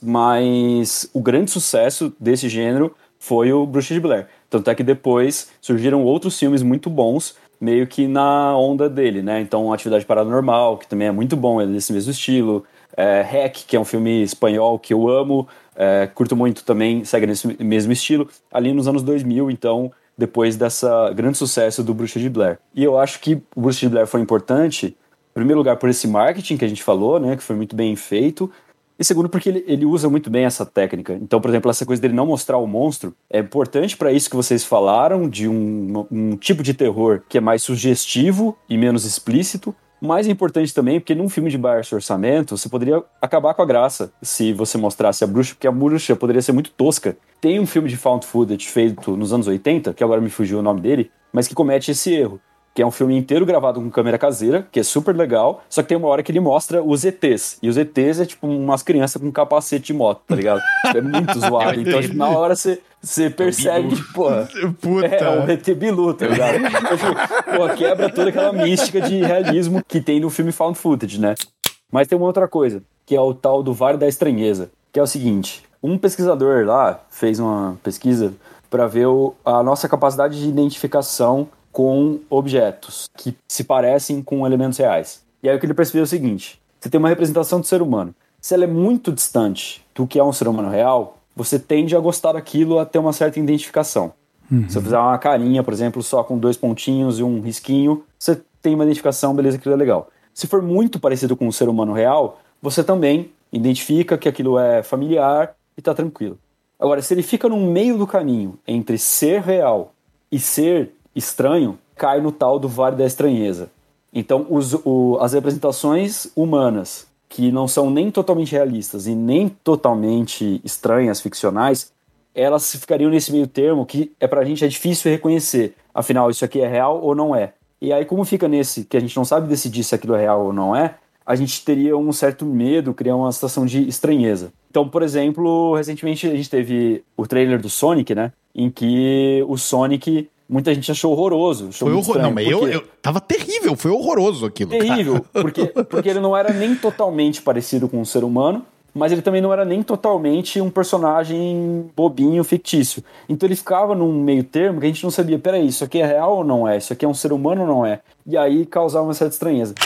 mas o grande sucesso desse gênero foi o Bruxa de Blair. Tanto é que depois surgiram outros filmes muito bons, meio que na onda dele, né? Então, Atividade Paranormal, que também é muito bom, é desse mesmo estilo. Hack, que é um filme espanhol que eu amo, curto muito também, segue nesse mesmo estilo. Ali nos anos 2000, então, depois desse grande sucesso do Bruxa de Blair. E eu acho que o Bruxa de Blair foi importante, em primeiro lugar, por esse marketing que a gente falou, né, que foi muito bem feito. E segundo, porque ele usa muito bem essa técnica. Então, por exemplo, essa coisa dele não mostrar o monstro é importante para isso que vocês falaram, de um tipo de terror que é mais sugestivo e menos explícito. Mais importante também, porque num filme de baixo orçamento, você poderia acabar com a graça se você mostrasse a bruxa, porque a bruxa poderia ser muito tosca. Tem um filme de found footage feito nos anos 80, que agora me fugiu o nome dele, mas que comete esse erro. Que é um filme inteiro gravado com câmera caseira, que é super legal, só que tem uma hora que ele mostra os ETs. E os ETs é tipo umas crianças com capacete de moto, tá ligado? É muito zoado. Então, tipo, na hora você percebe que, porra, é um ET Bilu, tá ligado? Então, tipo, porra, quebra toda aquela mística de realismo que tem no filme found footage, né? Mas tem uma outra coisa, que é o tal do Vale da Estranheza, que é o seguinte, um pesquisador lá fez uma pesquisa para ver a nossa capacidade de identificação com objetos que se parecem com elementos reais. E aí o que ele percebeu é o seguinte, você tem uma representação do ser humano. Se ela é muito distante do que é um ser humano real, você tende a gostar daquilo, a ter uma certa identificação. Se eu fizer uma carinha, por exemplo, só com 2 pontinhos e um risquinho, você tem uma identificação, beleza, aquilo é legal. Se for muito parecido com um ser humano real, você também identifica que aquilo é familiar e tá tranquilo. Agora, se ele fica no meio do caminho entre ser real e ser estranho, cai no tal do Vale da Estranheza. Então, as representações humanas, que não são nem totalmente realistas e nem totalmente estranhas, ficcionais, elas ficariam nesse meio termo que pra gente é difícil reconhecer. Afinal, isso aqui é real ou não é? E aí, como fica nesse, que a gente não sabe decidir se aquilo é real ou não é, a gente teria um certo medo, criar uma situação de estranheza. Então, por exemplo, recentemente a gente teve o trailer do Sonic, né? Em que o Sonic... Muita gente achou horroroso. Achou foi horroroso. Não, mas eu tava terrível, foi horroroso aquilo. Terrível, porque ele não era nem totalmente parecido com um ser humano, mas ele também não era nem totalmente um personagem bobinho, fictício. Então ele ficava num meio termo que a gente não sabia, peraí, isso aqui é real ou não é? Isso aqui é um ser humano ou não é? E aí causava uma certa estranheza.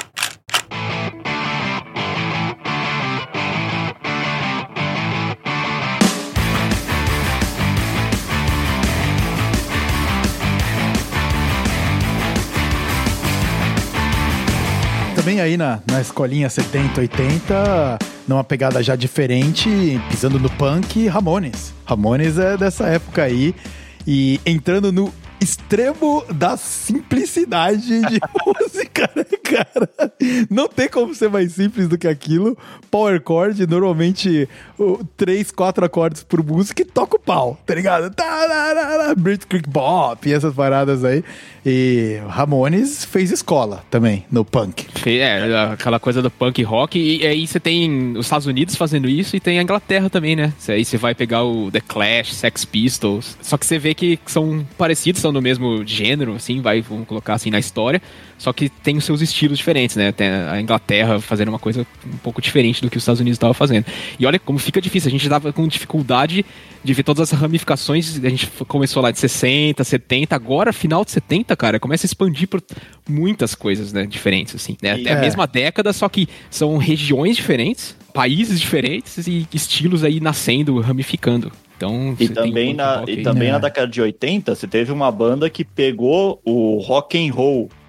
Também aí na escolinha 70, 80, numa pegada já diferente, pisando no punk, Ramones. Ramones é dessa época aí, e entrando no extremo da simplicidade de música, né, cara? Não tem como ser mais simples do que aquilo. Power chord, normalmente 3, 4 acordes por música e toca o pau, tá ligado? Blitzkrieg Bop e essas paradas aí. E Ramones fez escola também no punk. Aquela coisa do punk rock. E aí você tem os Estados Unidos fazendo isso e tem a Inglaterra também, né? Aí você vai pegar o The Clash, Sex Pistols. Só que você vê que são parecidos, são do mesmo gênero, assim, vamos colocar assim na história. Só que tem os seus estilos diferentes, né? Tem a Inglaterra fazendo uma coisa um pouco diferente do que os Estados Unidos estavam fazendo. E olha como fica difícil. A gente tava com dificuldade de ver todas as ramificações. A gente começou lá de 60, 70, agora final de 70, cara, começa a expandir por muitas coisas, né, diferentes, assim. Né? Até a mesma década, só que são regiões diferentes, países diferentes e estilos aí nascendo, ramificando. Então, e também, na década de 80, você teve uma banda que pegou o rock and roll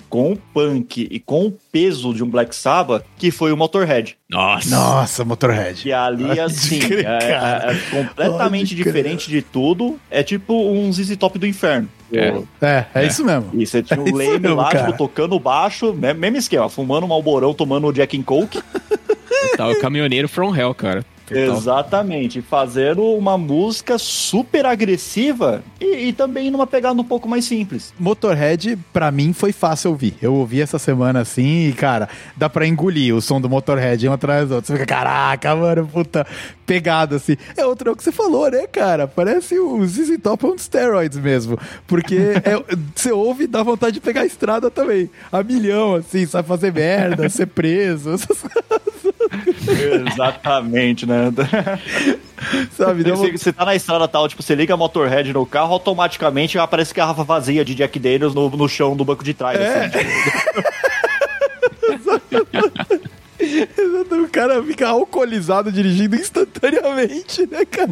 com o punk e com o peso de um Black Sabbath, que foi o Motorhead. Nossa, Motorhead. E ali, assim, é completamente diferente de tudo. É tipo um ZZ Top do inferno. É isso mesmo. E você tinha o Leme lá, tipo, tocando baixo, mesmo esquema, fumando um Malborão, tomando Jack and Coke. Tá, o caminhoneiro from hell, cara. Total. Exatamente, fazendo uma música super agressiva e também numa pegada um pouco mais simples. Motorhead, pra mim, foi fácil ouvir. Eu ouvi essa semana assim e, cara, dá pra engolir o som do Motorhead um atrás do outro. Você fica, caraca, mano, puta, pegado assim. É o que você falou, né, cara? Parece o ZZ Top on steroids mesmo. Porque você ouve e dá vontade de pegar a estrada também. A milhão, assim, sabe fazer merda, ser preso, essas coisas. Exatamente, né? Sabe, você tá na estrada tal, tipo, você liga a Motorhead no carro, automaticamente aparece garrafa vazia de Jack Daniels no chão do banco de trás. Assim, o cara fica alcoolizado dirigindo instantaneamente, né, cara?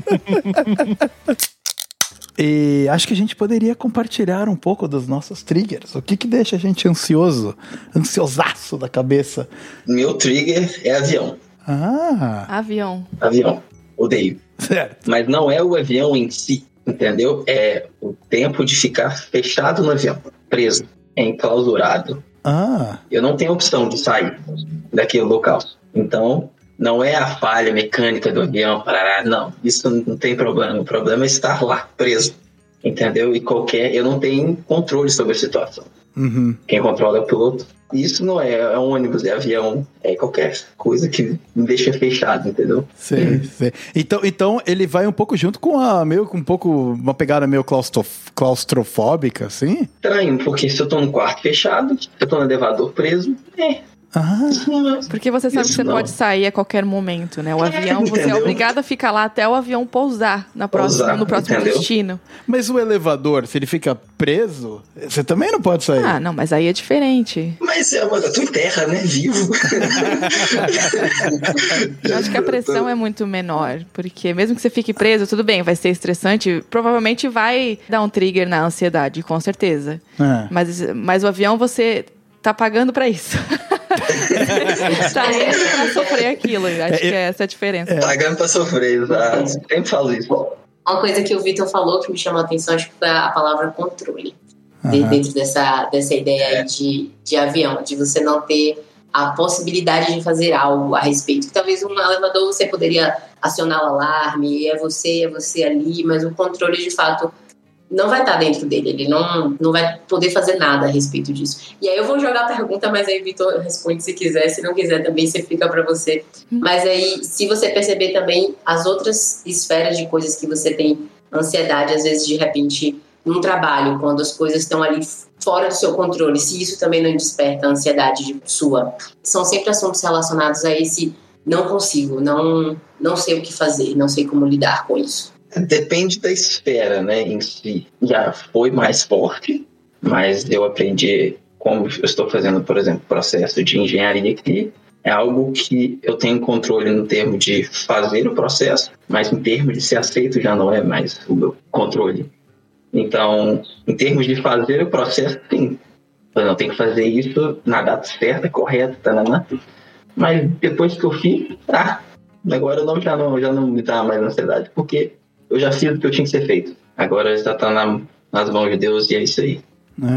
E acho que a gente poderia compartilhar um pouco dos nossos triggers. O que deixa a gente ansiosaço da cabeça? Meu trigger é avião. Avião. Odeio. Certo. Mas não é o avião em si, entendeu? É o tempo de ficar fechado no avião, preso, enclausurado. Eu não tenho opção de sair daquele local. Então, não é a falha mecânica do avião, não. Isso não tem problema. O problema é estar lá, preso. Entendeu? E eu não tenho controle sobre a situação. Uhum. Quem controla é o piloto. Isso não é ônibus, é avião, é qualquer coisa que me deixa fechado, entendeu? Sei. Então ele vai um pouco junto com uma pegada meio claustrofóbica, assim? Estranho, porque se eu tô num quarto fechado, se eu tô no elevador preso, Porque você sabe que você pode sair a qualquer momento, né? O avião, você é obrigado a ficar lá até o avião pousar no próximo destino. Mas o elevador, se ele fica preso, você também não pode sair. Não, mas aí é diferente. Mas eu tô em terra, né? Vivo. Eu acho que a pressão é muito menor, porque mesmo que você fique preso, tudo bem, vai ser estressante, provavelmente vai dar um trigger na ansiedade, com certeza. Mas o avião, você tá pagando pra isso. Tá indo pra sofrer aquilo. Acho que essa é a diferença. Pagando pra sofrer, exato. Sempre falo isso. Uma coisa que o Vitor falou que me chamou a atenção, acho que foi a palavra controle. Dentro dessa ideia aí de avião, de você não ter a possibilidade de fazer algo a respeito. Talvez um elevador você poderia acionar o alarme, é você ali, mas o controle de fato não vai estar dentro dele, ele não vai poder fazer nada a respeito disso. E aí eu vou jogar a pergunta, mas aí o Vitor responde se quiser, se não quiser também você fica pra você. Mas aí, se você perceber também as outras esferas de coisas que você tem ansiedade, às vezes de repente num trabalho, quando as coisas estão ali fora do seu controle, se isso também não desperta a ansiedade sua, são sempre assuntos relacionados a esse não consigo, não sei o que fazer, não sei como lidar com isso. Depende da esfera, né, em si. Já foi mais forte, mas eu aprendi, como eu estou fazendo, por exemplo, processo de engenharia aqui, é algo que eu tenho controle no termo de fazer o processo, mas em termos de ser aceito já não é mais o meu controle. Então, em termos de fazer o processo, sim. Eu não tenho que fazer isso na data certa, correta, mas depois que eu fiz, agora já não me dá mais ansiedade, porque eu já fiz o que eu tinha que ser feito. Agora já tá nas mãos de Deus e é isso aí.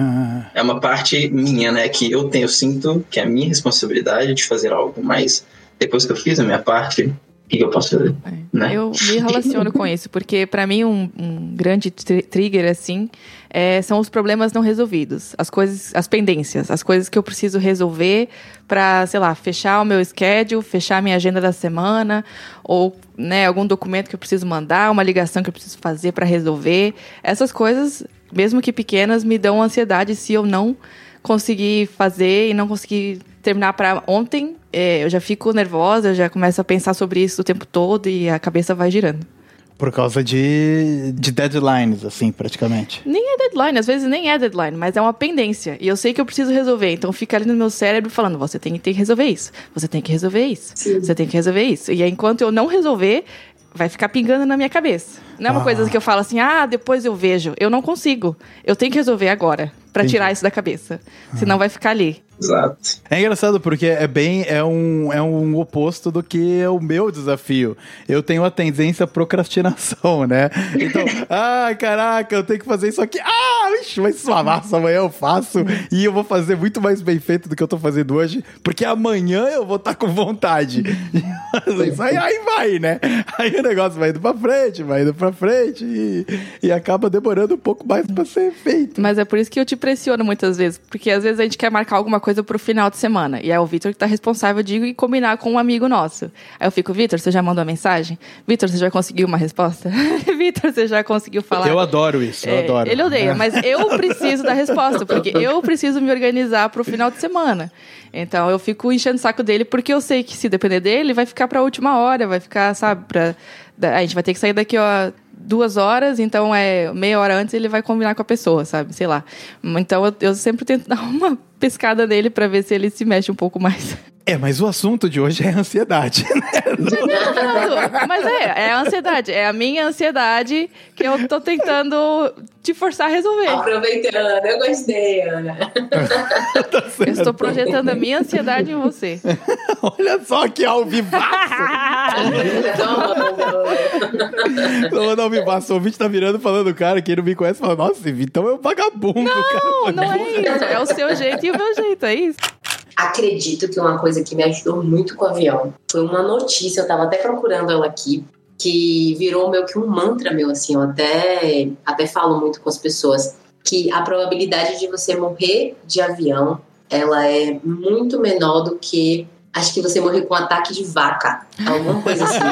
É uma parte minha, né? Que eu sinto que é a minha responsabilidade de fazer algo. Mas depois que eu fiz a minha parte, o que eu posso fazer? Né? Eu me relaciono com isso, porque pra mim um grande trigger, assim, são os problemas não resolvidos. As coisas, as pendências, as coisas que eu preciso resolver pra, sei lá, fechar o meu schedule, fechar a minha agenda da semana, ou, né, algum documento que eu preciso mandar, uma ligação que eu preciso fazer pra resolver. Essas coisas, mesmo que pequenas, me dão ansiedade se eu não conseguir fazer e não conseguir terminar para ontem. Eu já fico nervosa, eu já começo a pensar sobre isso o tempo todo e a cabeça vai girando. Por causa de deadlines, assim, praticamente. Nem é deadline, às vezes nem é deadline, mas é uma pendência. E eu sei que eu preciso resolver, então fica ali no meu cérebro falando, você tem que resolver isso, você tem que resolver isso, você tem que resolver isso. E aí, enquanto eu não resolver, vai ficar pingando na minha cabeça. Não é uma coisa que eu falo assim, depois eu vejo. Eu não consigo. Eu tenho que resolver agora. pra tirar isso da cabeça. Senão vai ficar ali. Exato. É engraçado porque é um oposto do que é o meu desafio. Eu tenho a tendência à procrastinação, né? Então, caraca, eu tenho que fazer isso aqui. Vai suar massa, amanhã eu faço e eu vou fazer muito mais bem feito do que eu tô fazendo hoje, porque amanhã eu vou estar com vontade. Aí vai, né? Aí o negócio vai indo pra frente e acaba demorando um pouco mais pra ser feito. Mas é por isso que eu te pressiono muitas vezes, porque às vezes a gente quer marcar alguma coisa pro final de semana, e é o Vitor que tá responsável de ir e combinar com um amigo nosso. Aí eu fico, Vitor, você já mandou a mensagem? Vitor, você já conseguiu uma resposta? Vitor, você já conseguiu falar? Eu adoro isso, eu adoro. Ele odeia, mas eu preciso da resposta, porque eu preciso me organizar pro final de semana. Então eu fico enchendo o saco dele, porque eu sei que se depender dele, vai ficar pra última hora, vai ficar, sabe, a gente vai ter que sair daqui, 2 horas, então meia hora antes ele vai combinar com a pessoa, sabe? Sei lá. Então eu sempre tento dar uma pescada nele pra ver se ele se mexe um pouco mais. Mas o assunto de hoje é ansiedade, né? Mas é a ansiedade. É a minha ansiedade que eu tô tentando te forçar a resolver. Aproveitando, eu gostei, Ana. Eu estou projetando a minha ansiedade em você. Olha só que ao vivaço! Não, ao vivaço. O ouvinte tá virando falando, cara, quem não me conhece, fala, nossa, esse Vitão é um vagabundo. Não é isso. É o seu jeito e o meu jeito, é isso. Acredito que uma coisa que me ajudou muito com o avião foi uma notícia, eu tava até procurando ela aqui, que virou meio que um mantra meu, assim, eu até falo muito com as pessoas, que a probabilidade de você morrer de avião, ela é muito menor do que, acho que você morrer com um ataque de vaca, alguma coisa assim.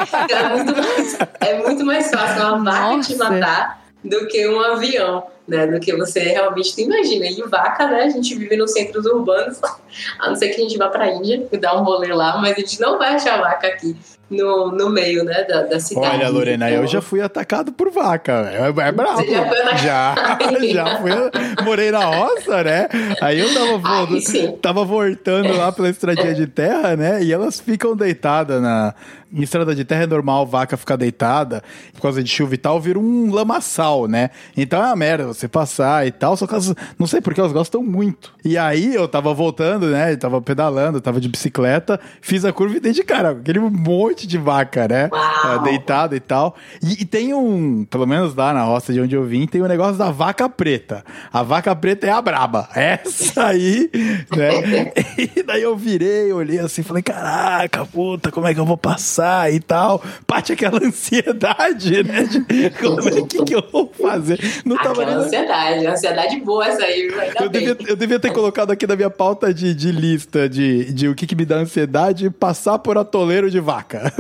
É muito mais fácil uma vaca te matar do que um avião, né? Do que você realmente imagina. E vaca, né? A gente vive nos centros urbanos, a não ser que a gente vá pra Índia e dar um rolê lá, mas a gente não vai achar vaca aqui no meio, né, da cidade. Olha, Lorena, então... eu já fui atacado por vaca. É bravo. Você já foi atacado? Já fui. Morei na roça, né? Aí eu tava voltando lá pela estradinha de terra, né? E elas ficam deitadas em estrada de terra é normal vaca ficar deitada, por causa de chuva e tal, vira um lamaçal, né? Então é uma merda você passar e tal, só que elas, não sei porque elas gostam muito. E aí eu tava voltando, né? Eu tava pedalando, tava de bicicleta, fiz a curva e dei de cara, aquele monte de vaca, né? Deitada e tal. E tem pelo menos lá na roça de onde eu vim, tem um negócio da vaca preta. A vaca preta é a braba. Essa aí, né? E daí eu virei, olhei assim, falei, caraca, puta, como é que eu vou passar? E tal, bate aquela ansiedade, né? O que eu vou fazer? Não tava ansiedade boa essa aí, eu devia ter colocado aqui na minha pauta de lista de o que me dá ansiedade, passar por atoleiro de vaca.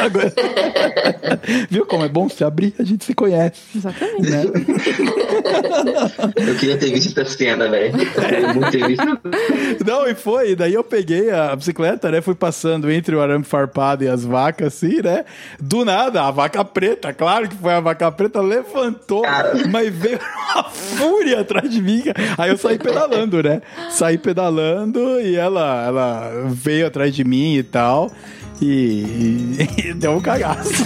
Viu como é bom se abrir? A gente se conhece. Exatamente. Né? Eu queria ter visto essa cena, velho. Muito ter visto. Não, e foi. Daí eu peguei a bicicleta, né? Fui passando entre o arame farpado e as vacas, assim, né? Do nada, a vaca preta, claro que foi a vaca preta, levantou, mas veio uma fúria atrás de mim. Aí eu saí pedalando, né? Saí pedalando e ela veio atrás de mim e tal. E deu um cagaço.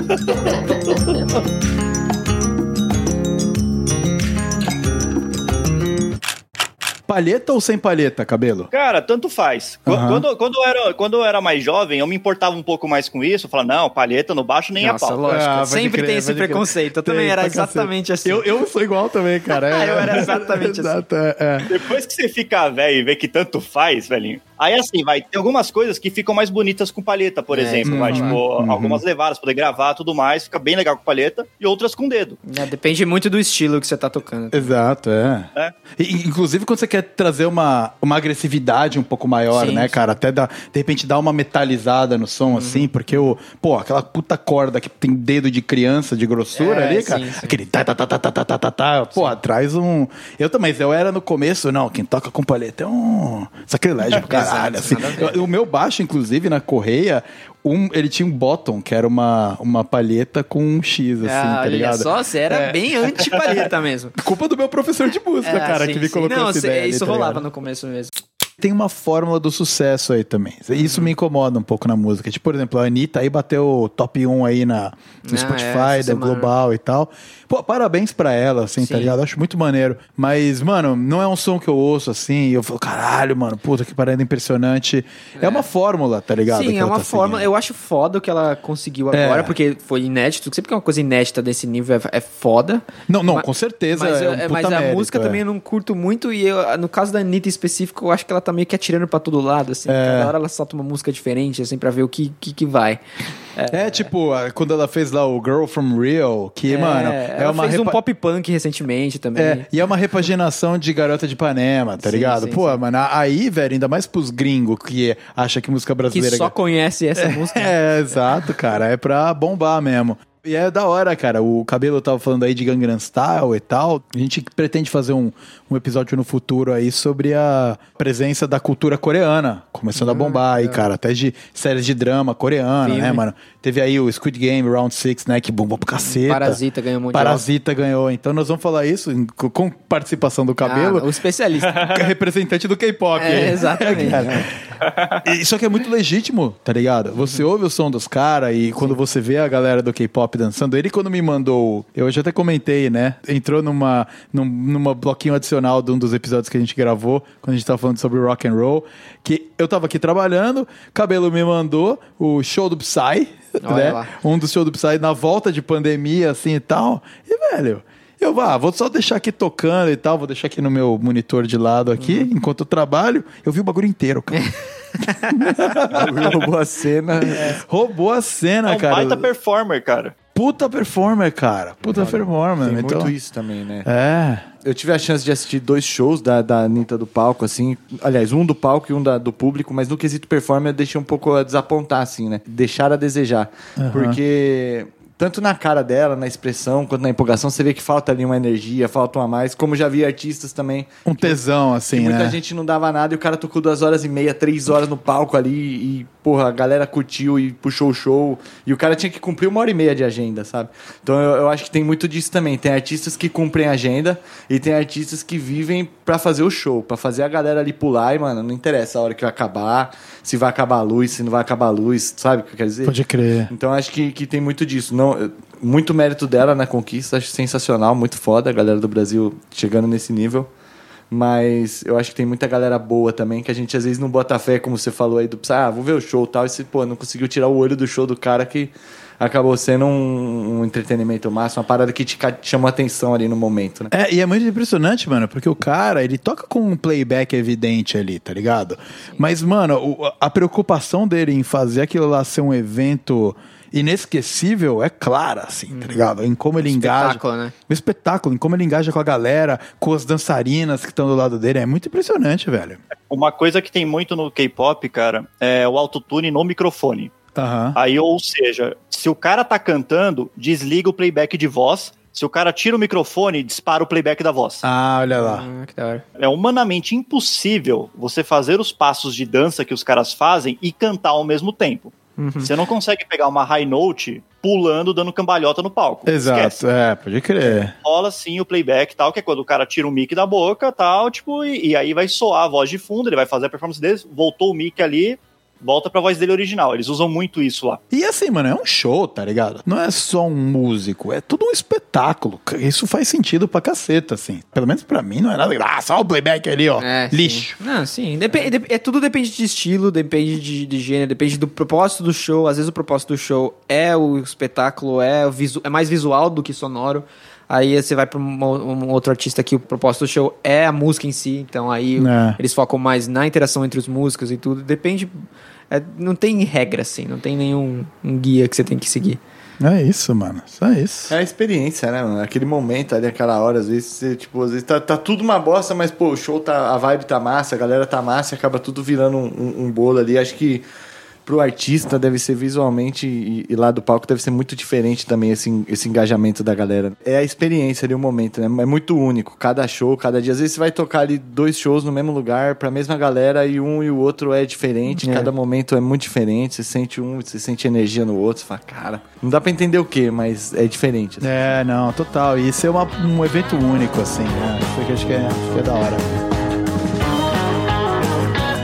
Palheta ou sem palheta, Cabelo? Cara, tanto faz. Quando eu era mais jovem, eu me importava um pouco mais com isso. Eu falava, não, palheta no baixo nem a pau. Lógico. Sempre tem esse preconceito. Eu também era exatamente assim. Eu sou igual também, cara. Eu era exatamente assim. Depois que você fica velho e vê que tanto faz, velhinho, aí assim, vai ter algumas coisas que ficam mais bonitas com palheta, por exemplo. Algumas levadas, poder gravar, tudo mais, fica bem legal com palheta, e outras com dedo. Depende muito do estilo que você tá tocando. Exato, Inclusive, quando você quer trazer uma agressividade um pouco maior, né, cara? Até de repente dar uma metalizada no som, assim, porque aquela puta corda que tem dedo de criança, de grossura ali, cara. Sim. Aquele traz um... Eu era no começo, não, quem toca com palheta é um sacrilégio pro caralho, assim. O meu baixo, inclusive, na correia, ele tinha um bottom, que era uma palheta com um X, assim, tá ligado? Olha só, você era bem anti-palheta mesmo. Culpa do meu professor de música, cara, que me colocou essa ideia. Isso rolava no começo mesmo. Tem uma fórmula do sucesso aí também. Isso me incomoda um pouco na música. Tipo, por exemplo, a Anitta aí bateu top 1 aí no Spotify, da Global e tal. Pô, parabéns pra ela, assim, tá ligado? Acho muito maneiro. Mas, mano, não é um som que eu ouço, assim, e eu falo, caralho, mano, puta, que parada impressionante. É uma fórmula, tá ligado? Sim, é uma fórmula. Eu acho foda o que ela conseguiu agora, porque foi inédito. Sempre que é uma coisa inédita desse nível é foda. Não, com certeza mas a mérito, música também eu não curto muito, e no caso da Anitta em específico, eu acho que ela tá meio que atirando pra todo lado, assim. Cada hora ela solta uma música diferente, assim, pra ver o que vai. Tipo, quando ela fez lá o Girl From Rio, que, mano, ela fez um pop punk recentemente também. E é uma repaginação de Garota de Ipanema, tá ligado? Sim, Pô, mano, aí, velho, ainda mais pros gringos que acha que música brasileira... Que só conhece essa música. Exato, cara. É pra bombar mesmo. E é da hora, cara. O Cabelo tava falando aí de Gangnam Style e tal. A gente pretende fazer um episódio no futuro aí sobre a presença da cultura coreana, começando a bombar aí, cara. Até de séries de drama coreana, né, mano? Teve aí o Squid Game Round 6, né, que bombou pro caceta. Parasita ganhou mundial. Parasita ganhou. Então nós vamos falar isso com participação do Cabelo. O especialista. Que é representante do K-pop. Exatamente. Só que é muito legítimo, tá ligado? Você ouve o som dos caras e quando você vê a galera do K-pop dançando, ele quando me mandou, eu já até comentei, né? Entrou numa bloquinho adicional de um dos episódios que a gente gravou, quando a gente tava falando sobre rock and roll, que eu tava aqui trabalhando, Cabelo me mandou o show do Psy, né? Um dos shows do Psy na volta de pandemia, assim e tal. E, velho, eu vou só deixar aqui tocando e tal, vou deixar aqui no meu monitor de lado aqui, enquanto eu trabalho, eu vi o bagulho inteiro, cara. Roubou a cena. Roubou a cena, cara. Baita performer, cara. Puta performer, cara. Puta performer. Tem então... muito isso também, né? É. Eu tive a chance de assistir 2 shows da Anitta do palco, assim. Aliás, um do palco e um do público, mas no quesito performer eu deixei um pouco a desapontar, assim, né? Deixar a desejar. Porque... tanto na cara dela, na expressão, quanto na empolgação, você vê que falta ali uma energia, falta uma mais. Como já vi artistas também... um tesão, assim, que né? muita gente não dava nada e o cara tocou 2h30, 3 horas no palco ali e, porra, a galera curtiu e puxou o show. E o cara tinha que cumprir 1h30 de agenda, sabe? Então eu acho que tem muito disso também. Tem artistas que cumprem a agenda e tem artistas que vivem pra fazer o show, pra fazer a galera ali pular e, mano, não interessa a hora que vai acabar, se vai acabar a luz, se não vai acabar a luz, sabe o que eu quero dizer? Pode crer. Então acho que tem muito disso. Muito mérito dela na conquista, acho sensacional, muito foda a galera do Brasil chegando nesse nível. Mas eu acho que tem muita galera boa também, que a gente às vezes não bota fé, como você falou aí, do vou ver o show e tal, e você, não conseguiu tirar o olho do show do cara que acabou sendo um entretenimento máximo, uma parada que te chamou a atenção ali no momento, né? E é muito impressionante, mano, porque o cara, ele toca com um playback evidente ali, tá ligado? Sim. Mas, mano, a preocupação dele em fazer aquilo lá ser um evento inesquecível é clara, assim, tá ligado? Em como ele engaja. Né? O espetáculo, em como ele engaja com a galera, com as dançarinas que estão do lado dele. É muito impressionante, velho. Uma coisa que tem muito no K-pop, cara, é o autotune no microfone. Aí, ou seja, se o cara tá cantando, desliga o playback de voz. Se o cara tira o microfone, dispara o playback da voz. Olha lá. Que da hora. É humanamente impossível você fazer os passos de dança que os caras fazem e cantar ao mesmo tempo. Você não consegue pegar uma high note pulando, dando cambalhota no palco. Exato, esquece. Pode crer. Rola sim o playback e tal, que é quando o cara tira o mic da boca tal, tipo, e aí vai soar a voz de fundo, ele vai fazer a performance dele, voltou o mic ali, volta pra voz dele original. Eles usam muito isso lá. E assim, mano, é um show, tá ligado? Não é só um músico, é tudo um espetáculo. Isso faz sentido pra caceta, assim. Pelo menos pra mim não é nada. Só o playback ali, ó. Lixo. Sim. Não, sim. Tudo depende de estilo, depende de gênero, depende do propósito do show. Às vezes o propósito do show é o espetáculo, é mais visual do que sonoro. Aí você vai pra um outro artista que o propósito do show é a música em si. Então aí eles focam mais na interação entre os músicos e tudo. Depende... não tem regra, assim. Não tem nenhum guia que você tem que seguir. É isso, mano. Só isso. É a experiência, né, mano? Aquele momento ali, aquela hora, às vezes, você, às vezes tá tudo uma bosta, mas, o show a vibe tá massa, a galera tá massa e acaba tudo virando um bolo ali. Acho que pro artista deve ser visualmente e lá do palco deve ser muito diferente também esse engajamento da galera. É a experiência ali, o momento, né? É muito único. Cada show, cada dia. Às vezes você vai tocar ali 2 shows no mesmo lugar pra mesma galera e um e o outro é diferente. Cada momento é muito diferente. Você sente você sente energia no outro. Você fala, cara, não dá pra entender o que, mas é diferente. Assim. Não, total. E isso é um evento único, assim, né? Isso aqui acho que é da hora.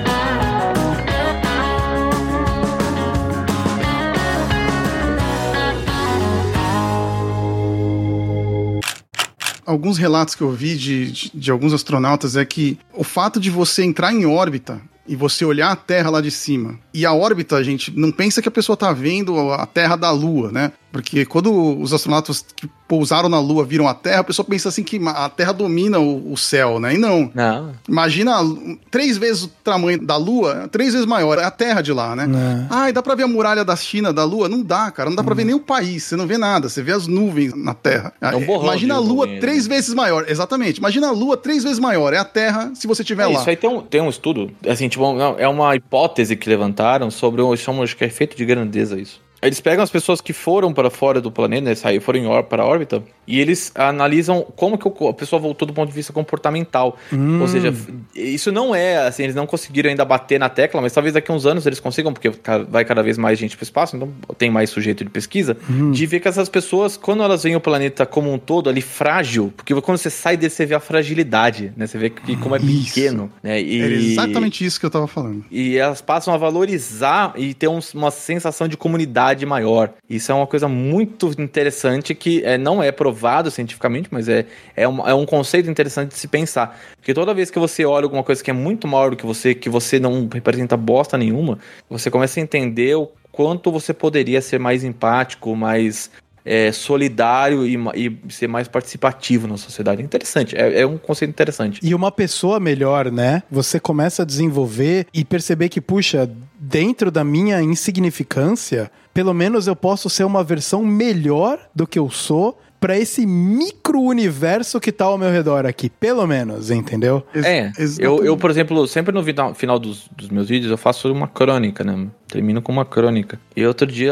alguns relatos que eu vi de alguns astronautas é que o fato de você entrar em órbita e você olhar a Terra lá de cima, e a órbita, gente, não pensa que a pessoa tá vendo a Terra da Lua, né? Porque quando os astronautas que pousaram na Lua viram a Terra, a pessoa pensa assim que a Terra domina o céu, né? E não. Imagina 3 vezes o tamanho da Lua, 3 vezes maior, é a Terra de lá, né? E dá pra ver a muralha da China, da Lua? Não dá, cara, não dá pra ver nem o país, você não vê nada, você vê as nuvens na Terra. Imagina a Lua 3 vezes maior, exatamente, imagina a Lua 3 vezes maior, é a Terra se você estiver lá. Isso aí tem um estudo, assim, tipo, é uma hipótese que levantaram sobre acho que é efeito de grandeza isso. Eles pegam as pessoas que foram para fora do planeta, né, foram para a órbita, e eles analisam como que a pessoa voltou do ponto de vista comportamental. Ou seja, isso não é, assim, eles não conseguiram ainda bater na tecla, mas talvez daqui a uns anos eles consigam, porque vai cada vez mais gente para o espaço, então tem mais sujeito de pesquisa, de ver que essas pessoas, quando elas veem o planeta como um todo ali frágil, porque quando você sai dele, você vê a fragilidade, né, você vê que como é pequeno. Né, era exatamente isso que eu tava falando. E elas passam a valorizar e ter uma sensação de comunidade maior. Isso é uma coisa muito interessante que não é provado cientificamente, mas é um conceito interessante de se pensar. Porque toda vez que você olha alguma coisa que é muito maior do que você não representa bosta nenhuma, você começa a entender o quanto você poderia ser mais empático, mais solidário e ser mais participativo na sociedade. Interessante, é um conceito interessante. E uma pessoa melhor, né? Você começa a desenvolver e perceber que, puxa, dentro da minha insignificância, pelo menos eu posso ser uma versão melhor do que eu sou para esse micro-universo que tá ao meu redor aqui, pelo menos, entendeu? Eu, por exemplo, sempre no final dos meus vídeos eu faço uma crônica, né? Termino com uma crônica. E outro dia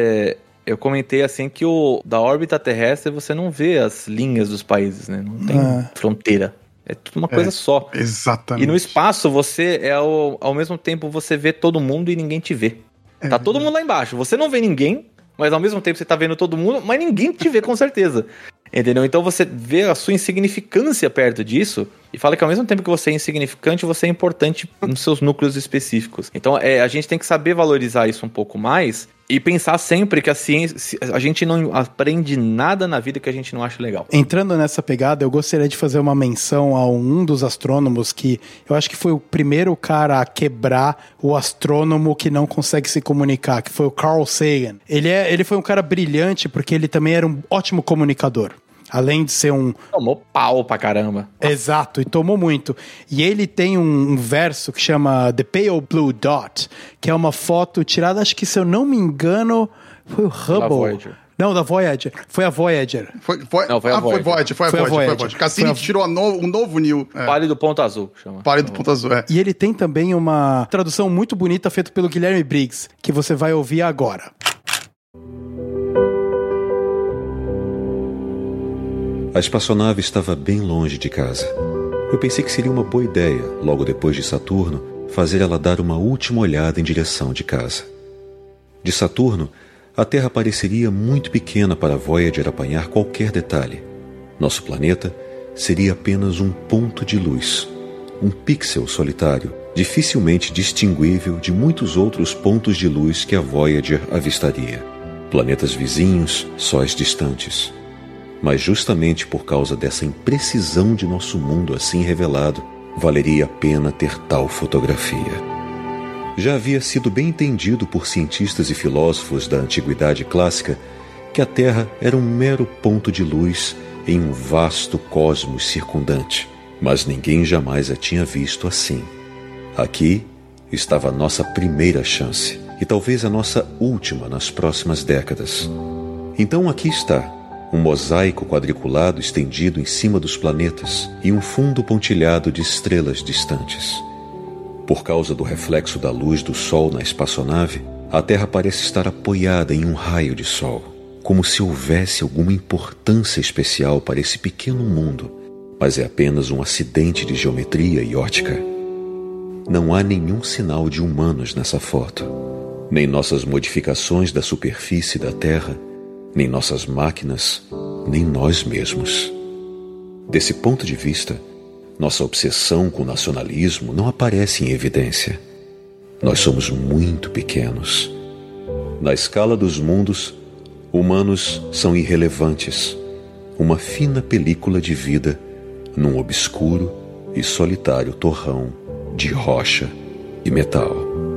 eu comentei assim que da órbita terrestre você não vê as linhas dos países, né? Não tem fronteira. É tudo uma coisa só. Exatamente. E no espaço você ao mesmo tempo você vê todo mundo e ninguém te vê. Tá todo mundo lá embaixo. Você não vê ninguém, mas ao mesmo tempo você tá vendo todo mundo, mas ninguém te vê com certeza. Entendeu? Então você vê a sua insignificância perto disso e fala que ao mesmo tempo que você é insignificante, você é importante nos seus núcleos específicos. Então a gente tem que saber valorizar isso um pouco mais e pensar sempre que a ciência, a gente não aprende nada na vida que a gente não acha legal. Entrando nessa pegada, eu gostaria de fazer uma menção a um dos astrônomos que eu acho que foi o primeiro cara a quebrar o astrônomo que não consegue se comunicar, que foi o Carl Sagan. Ele foi um cara brilhante porque ele também era um ótimo comunicador. Além de ser Tomou pau pra caramba. Exato, e tomou muito. E ele tem um verso que chama The Pale Blue Dot, que é uma foto tirada, acho que se eu não me engano, foi o Hubble. Não, da Voyager. Foi a Voyager. Foi a Voyager. Foi a Voyager. Cassini tirou um novo New. Pálido Ponto Azul, chama. Pálido Ponto Azul, E ele tem também uma tradução muito bonita feita pelo Guilherme Briggs, que você vai ouvir agora. A espaçonave estava bem longe de casa. Eu pensei que seria uma boa ideia, logo depois de Saturno, fazer ela dar uma última olhada em direção de casa. De Saturno, a Terra pareceria muito pequena para a Voyager apanhar qualquer detalhe. Nosso planeta seria apenas um ponto de luz, um pixel solitário, dificilmente distinguível de muitos outros pontos de luz que a Voyager avistaria. Planetas vizinhos, sóis distantes. Mas justamente por causa dessa imprecisão de nosso mundo assim revelado, valeria a pena ter tal fotografia. Já havia sido bem entendido por cientistas e filósofos da antiguidade clássica que a Terra era um mero ponto de luz em um vasto cosmos circundante, mas ninguém jamais a tinha visto assim. Aqui estava a nossa primeira chance, e talvez a nossa última nas próximas décadas. Então aqui está, um mosaico quadriculado estendido em cima dos planetas e um fundo pontilhado de estrelas distantes. Por causa do reflexo da luz do Sol na espaçonave, a Terra parece estar apoiada em um raio de Sol, como se houvesse alguma importância especial para esse pequeno mundo, mas é apenas um acidente de geometria e ótica. Não há nenhum sinal de humanos nessa foto, nem nossas modificações da superfície da Terra, nem nossas máquinas, nem nós mesmos. Desse ponto de vista, nossa obsessão com o nacionalismo não aparece em evidência. Nós somos muito pequenos. Na escala dos mundos, humanos são irrelevantes. uma fina película de vida num obscuro e solitário torrão de rocha e metal.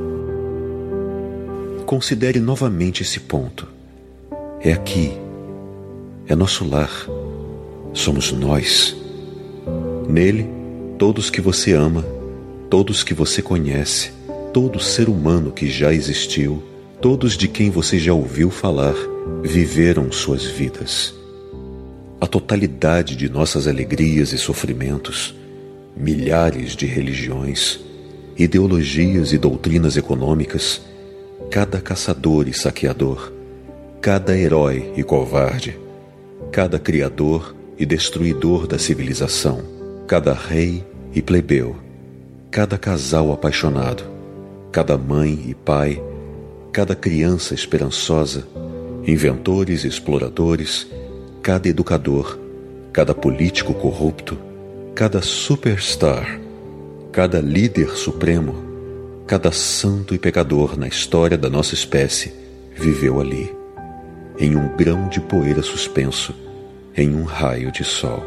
Considere novamente esse ponto. É aqui. É nosso lar. Somos nós. Nele, todos que você ama, todos que você conhece, todo ser humano que já existiu, todos de quem você já ouviu falar, viveram suas vidas. A totalidade de nossas alegrias e sofrimentos, milhares de religiões, ideologias e doutrinas econômicas, cada caçador e saqueador, cada herói e covarde, cada criador e destruidor da civilização, cada rei e plebeu, cada casal apaixonado, cada mãe e pai, cada criança esperançosa, inventores e exploradores, cada educador, cada político corrupto, cada superstar, cada líder supremo, cada santo e pecador na história da nossa espécie viveu ali, em um grão de poeira suspenso, em um raio de sol.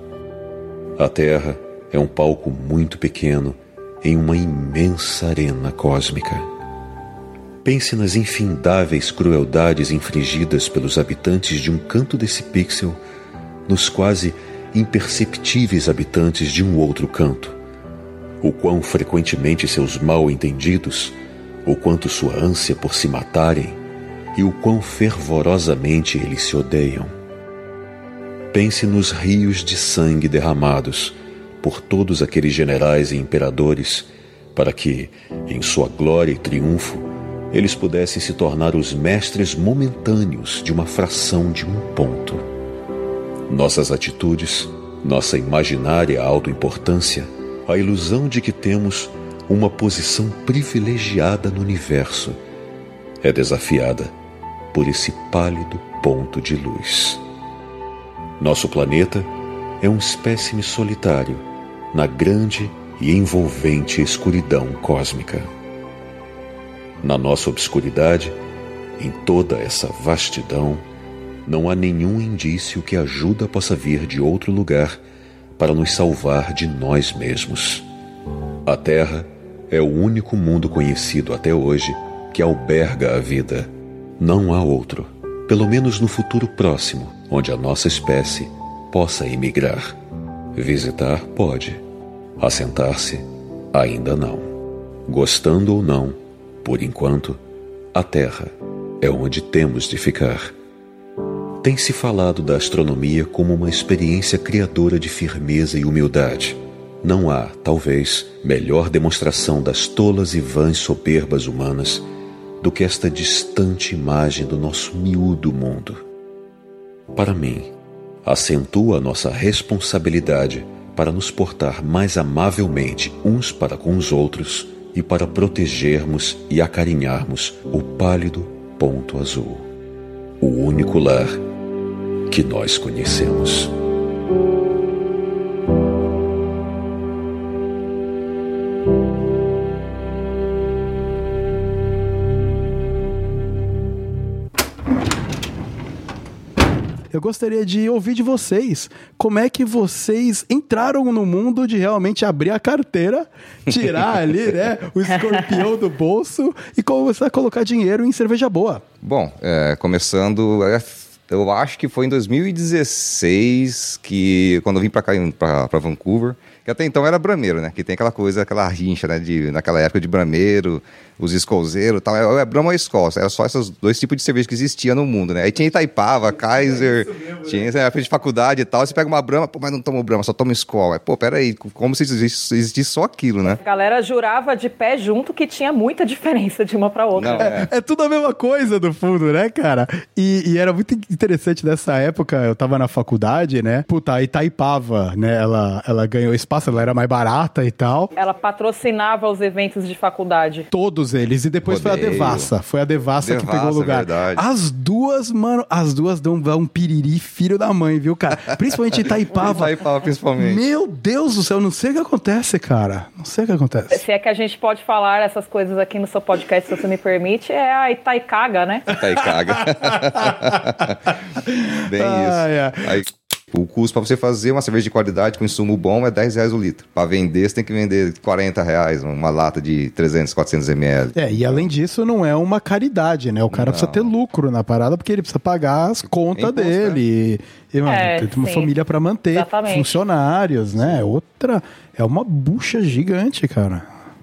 A Terra é um palco muito pequeno em uma imensa arena cósmica. Pense nas infindáveis crueldades infligidas pelos habitantes de um canto desse pixel nos quase imperceptíveis habitantes de um outro canto. O quão frequentemente seus mal-entendidos, o quanto sua ânsia por se matarem e o quão fervorosamente eles se odeiam. Pense nos rios de sangue derramados por todos aqueles generais e imperadores para que, em sua glória e triunfo, eles pudessem se tornar os mestres momentâneos de uma fração de um ponto. Nossas atitudes, nossa imaginária autoimportância, a ilusão de que temos uma posição privilegiada no universo, é desafiada por esse pálido ponto de luz. Nosso planeta é um espécime solitário na grande e envolvente escuridão cósmica. Na nossa obscuridade, em toda essa vastidão, não há nenhum indício que a ajuda possa vir de outro lugar para nos salvar de nós mesmos. A Terra é o único mundo conhecido até hoje que alberga a vida. Não há outro, pelo menos no futuro próximo, onde a nossa espécie possa emigrar. Visitar pode, assentar-se ainda não. Gostando ou não, por enquanto, a Terra é onde temos de ficar. Tem-se falado da astronomia como uma experiência criadora de firmeza e humildade. Não há, talvez, melhor demonstração das tolas e vãs soberbas humanas do que esta distante imagem do nosso miúdo mundo. Para mim, acentua a nossa responsabilidade para nos portar mais amavelmente uns para com os outros e para protegermos e acarinharmos o pálido ponto azul, o único lar que nós conhecemos. Eu gostaria de ouvir de vocês como é que vocês entraram no mundo de realmente abrir a carteira, tirar ali, né, o escorpião do bolso e começar a colocar dinheiro em cerveja boa. Bom, começando, eu acho que foi em 2016 que, quando eu vim pra cá, pra Vancouver, que até então era brameiro, né? Que tem aquela coisa, aquela rincha, né? Naquela época de brameiro, os escolzeiros e tal. É Brahma ou Skol. Era só esses dois tipos de cerveja que existia no mundo, né? Aí tinha Itaipava, Kaiser, tinha essa época de faculdade e tal. Você pega uma Brahma, pô, mas não toma Brahma, só toma Skol. Pô, peraí, como se existisse só aquilo, né? A galera jurava de pé junto que tinha muita diferença de uma pra outra. Não, é tudo a mesma coisa, no fundo, né, cara? E era muito interessante nessa época, eu tava na faculdade, né? Puta, a Itaipava, né? Ela ganhou espaço, ela era mais barata e tal. Ela patrocinava os eventos de faculdade. Todos eles. E depois foi a Devassa. Foi a Devassa que pegou o lugar. Verdade. As duas, mano, dão um piriri filho da mãe, viu, cara? Principalmente Itaipava. Itaipava, principalmente. Meu Deus do céu, não sei o que acontece, cara. Não sei o que acontece. Se é que a gente pode falar essas coisas aqui no seu podcast, se você me permite, é a Itaicaga, né? Itaicaga. Bem isso. É. Aí... O custo para você fazer uma cerveja de qualidade com insumo bom é R$10 o litro. Para vender, você tem que vender R$40, uma lata de 300, 400 ml. E além disso, não é uma caridade, né? O cara precisa ter lucro na parada, porque ele precisa pagar as contas dele. E, mano, tem uma família para manter, funcionários, né? É uma bucha gigante, cara.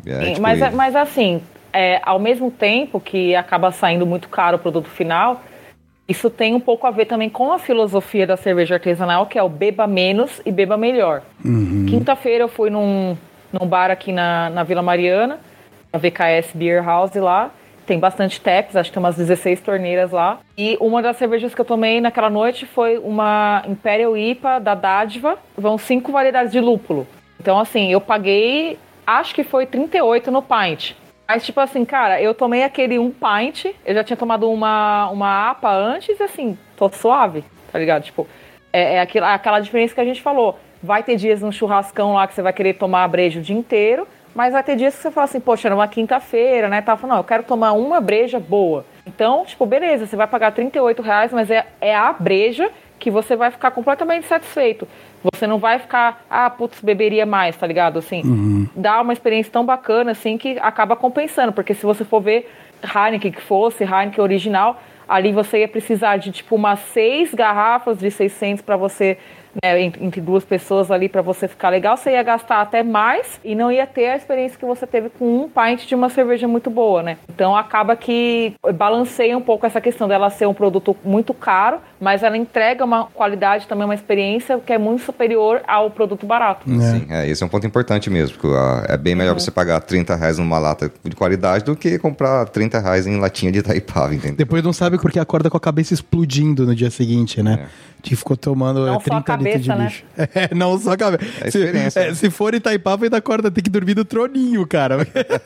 Mas assim, ao mesmo tempo que acaba saindo muito caro o produto final, isso tem um pouco a ver também com a filosofia da cerveja artesanal, que é o beba menos e beba melhor. Quinta-feira eu fui num bar aqui na Vila Mariana, na VKS Beer House lá. Tem bastante taps, acho que tem umas 16 torneiras lá. E uma das cervejas que eu tomei naquela noite foi uma Imperial IPA da Dádiva. Vão 5 variedades de lúpulo. Então, assim, eu paguei, acho que foi 38 no pint. Mas, tipo assim, cara, eu tomei aquele 1 pint, eu já tinha tomado uma APA antes e, assim, tô suave, tá ligado? Tipo, aquela diferença que a gente falou. Vai ter dias no churrascão lá que você vai querer tomar breja o dia inteiro, mas vai ter dias que você fala assim, poxa, era uma quinta-feira, né? Tá falando, não, eu quero tomar uma breja boa. Então, tipo, beleza, você vai pagar R$38, mas é a breja que você vai ficar completamente satisfeito. Você não vai ficar, beberia mais, tá ligado? Assim, dá uma experiência tão bacana, assim, que acaba compensando. Porque se você for ver Heineken que fosse, Heineken original, ali você ia precisar de, tipo, umas 6 garrafas de 600 para você, né, entre 2 pessoas ali, para você ficar legal. Você ia gastar até mais e não ia ter a experiência que você teve com 1 pint de uma cerveja muito boa, né? Então acaba que balanceia um pouco essa questão dela ser um produto muito caro, mas ela entrega uma qualidade também, uma experiência que é muito superior ao produto barato. Sim, esse é um ponto importante mesmo, porque é bem melhor você pagar R$30 numa lata de qualidade do que comprar R$30 em latinha de Itaipava, entendeu? Depois não sabe porque acorda com a cabeça explodindo no dia seguinte, né? Que ficou tomando 30 litros de lixo. Né? Não só a cabeça. Se for Itaipava, ainda acorda, tem que dormir no troninho, cara.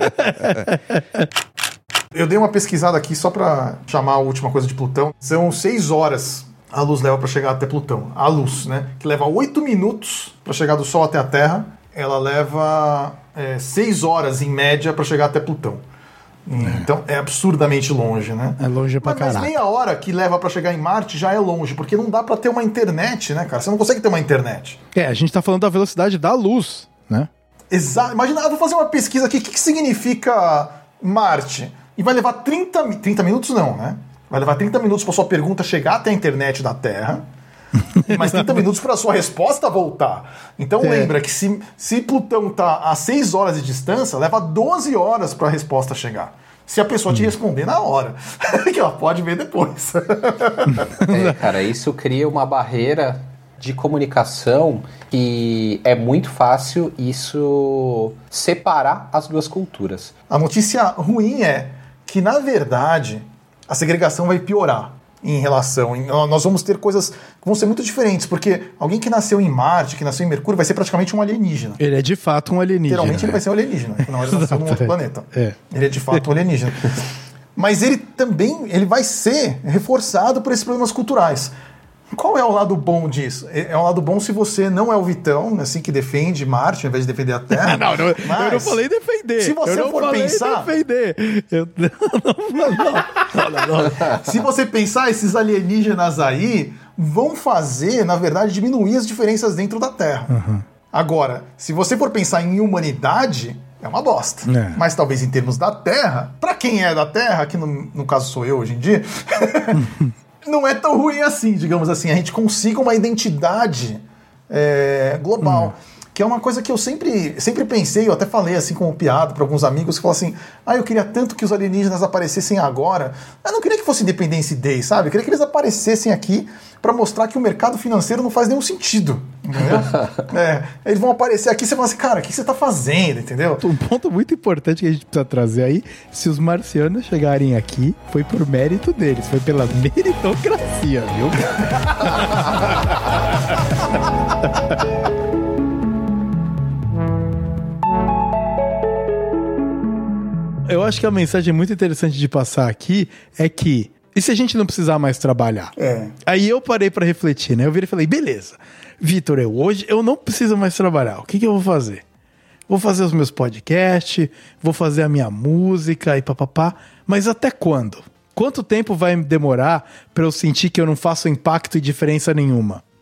Eu dei uma pesquisada aqui só pra chamar a última coisa de Plutão. São 6 horas a luz leva pra chegar até Plutão. A luz, né? Que leva 8 minutos pra chegar do Sol até a Terra. Ela leva 6 horas, em média, pra chegar até Plutão. Então é absurdamente longe, né? É longe pra caralho. Mas meia hora que leva pra chegar em Marte já é longe, porque não dá pra ter uma internet, né, cara? Você não consegue ter uma internet. A gente tá falando da velocidade da luz, né? Exato. Imagina, eu vou fazer uma pesquisa aqui. O que significa Marte? E vai levar 30 minutos não, né? Vai levar 30 minutos pra sua pergunta chegar até a internet da Terra, mas 30 minutos pra sua resposta voltar. Então lembra que se Plutão tá a 6 horas de distância, leva 12 horas pra resposta chegar. Se a pessoa te responder na hora, que ela pode ver depois. Cara, isso cria uma barreira de comunicação que é muito fácil isso separar as duas culturas. A notícia ruim é que, na verdade, a segregação vai piorar em relação... Nós vamos ter coisas que vão ser muito diferentes, porque alguém que nasceu em Marte, que nasceu em Mercúrio, vai ser praticamente um alienígena. Ele é de fato um alienígena. Literalmente ele vai ser um alienígena, não ele nasceu num outro planeta. Ele é de fato um alienígena. Mas ele também vai ser reforçado por esses problemas culturais. Qual é o lado bom disso? É um lado bom se você não é o Vitão, assim, que defende Marte ao invés de defender a Terra. Eu não falei defender. Se você for pensar... Se você pensar, esses alienígenas aí vão fazer, na verdade, diminuir as diferenças dentro da Terra. Agora, se você for pensar em humanidade, é uma bosta. Mas talvez em termos da Terra, pra quem é da Terra, que no caso sou eu hoje em dia... não é tão ruim assim, digamos assim. A gente consiga uma identidade global. Que é uma coisa que eu sempre pensei, eu até falei assim como piada para alguns amigos, que falaram assim, eu queria tanto que os alienígenas aparecessem agora. Eu não queria que fosse Independence Day, sabe? Eu queria que eles aparecessem aqui para mostrar que o mercado financeiro não faz nenhum sentido, entendeu? Eles vão aparecer aqui e você fala assim, cara, o que você tá fazendo, entendeu? Um ponto muito importante que a gente precisa trazer aí, se os marcianos chegarem aqui, foi por mérito deles, foi pela meritocracia, viu? Eu acho que a mensagem muito interessante de passar aqui é que, e se a gente não precisar mais trabalhar? Aí eu parei pra refletir, né? Eu virei e falei, beleza, Vitor, hoje eu não preciso mais trabalhar. O que eu vou fazer? Vou fazer os meus podcasts, vou fazer a minha música e papapá, mas até quando? Quanto tempo vai demorar pra eu sentir que eu não faço impacto e diferença nenhuma?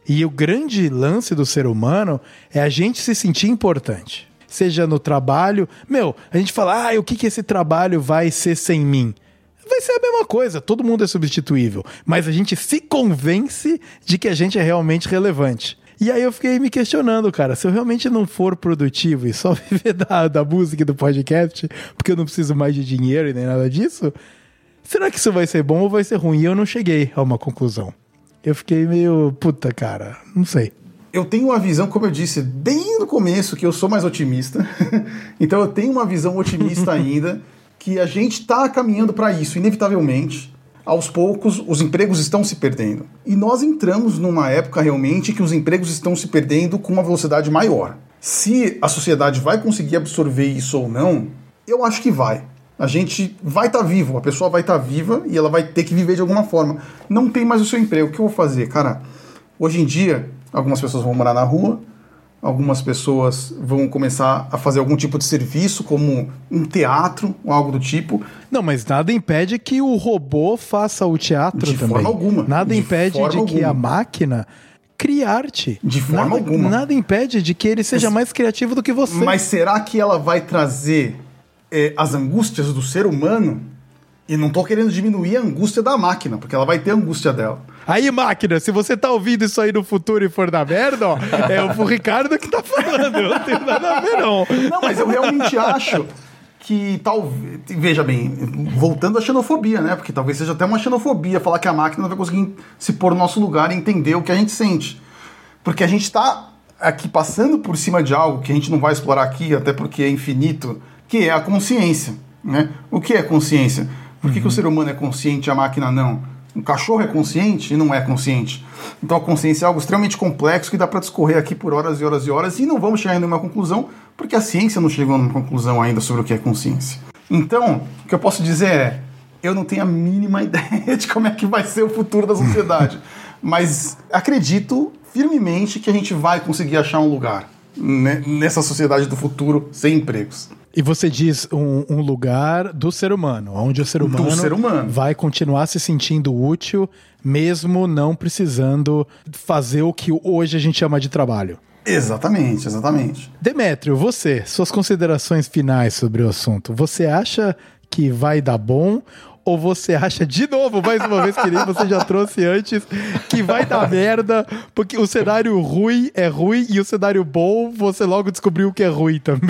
E o grande lance do ser humano é a gente se sentir importante. Seja no trabalho... a gente fala, o que esse trabalho vai ser sem mim? Vai ser a mesma coisa, todo mundo é substituível. Mas a gente se convence de que a gente é realmente relevante. E aí eu fiquei me questionando, cara, se eu realmente não for produtivo e só viver da música e do podcast, porque eu não preciso mais de dinheiro e nem nada disso, será que isso vai ser bom ou vai ser ruim? E eu não cheguei a uma conclusão. Eu fiquei meio, puta, cara, não sei. Eu tenho uma visão, como eu disse, bem no começo, que eu sou mais otimista. Então eu tenho uma visão otimista ainda, que a gente está caminhando para isso, inevitavelmente. Aos poucos, os empregos estão se perdendo. E nós entramos numa época realmente que os empregos estão se perdendo com uma velocidade maior. Se a sociedade vai conseguir absorver isso ou não, eu acho que vai. A gente vai estar vivo, a pessoa vai estar viva e ela vai ter que viver de alguma forma. Não tem mais o seu emprego. O que eu vou fazer? Cara, hoje em dia, algumas pessoas vão morar na rua, algumas pessoas vão começar a fazer algum tipo de serviço, como um teatro ou algo do tipo. Não, mas nada impede que o robô faça o teatro também. De forma alguma. Nada impede de que a máquina crie arte. De forma alguma. Nada impede de que ele seja mais criativo do que você. Mas será que ela vai trazer as angústias do ser humano? E não tô querendo diminuir a angústia da máquina, porque ela vai ter a angústia dela. Aí, máquina, se você tá ouvindo isso aí no futuro e for da merda, ó, é o Ricardo que tá falando, eu não tenho nada a ver, não. Não, mas eu realmente acho que talvez... Veja bem, voltando à xenofobia, né? Porque talvez seja até uma xenofobia falar que a máquina não vai conseguir se pôr no nosso lugar e entender o que a gente sente. Porque a gente tá aqui passando por cima de algo que a gente não vai explorar aqui, até porque é infinito, que é a consciência, né? O que é consciência? Por que o ser humano é consciente e a máquina não? Um cachorro é consciente e não é consciente. Então a consciência é algo extremamente complexo que dá para discorrer aqui por horas e horas e horas e não vamos chegar em nenhuma conclusão porque a ciência não chegou a uma conclusão ainda sobre o que é consciência. Então, o que eu posso dizer é, eu não tenho a mínima ideia de como é que vai ser o futuro da sociedade, mas acredito firmemente que a gente vai conseguir achar um lugar nessa sociedade do futuro sem empregos. E você diz um lugar do ser humano, onde o ser humano vai continuar se sentindo útil, mesmo não precisando fazer o que hoje a gente chama de trabalho. Exatamente, exatamente. Demétrio, suas considerações finais sobre o assunto. Você acha que vai dar bom? Ou você acha, de novo, mais uma vez, que nem você já trouxe antes, que vai dar merda, porque o cenário ruim é ruim e o cenário bom você logo descobriu que é ruim também?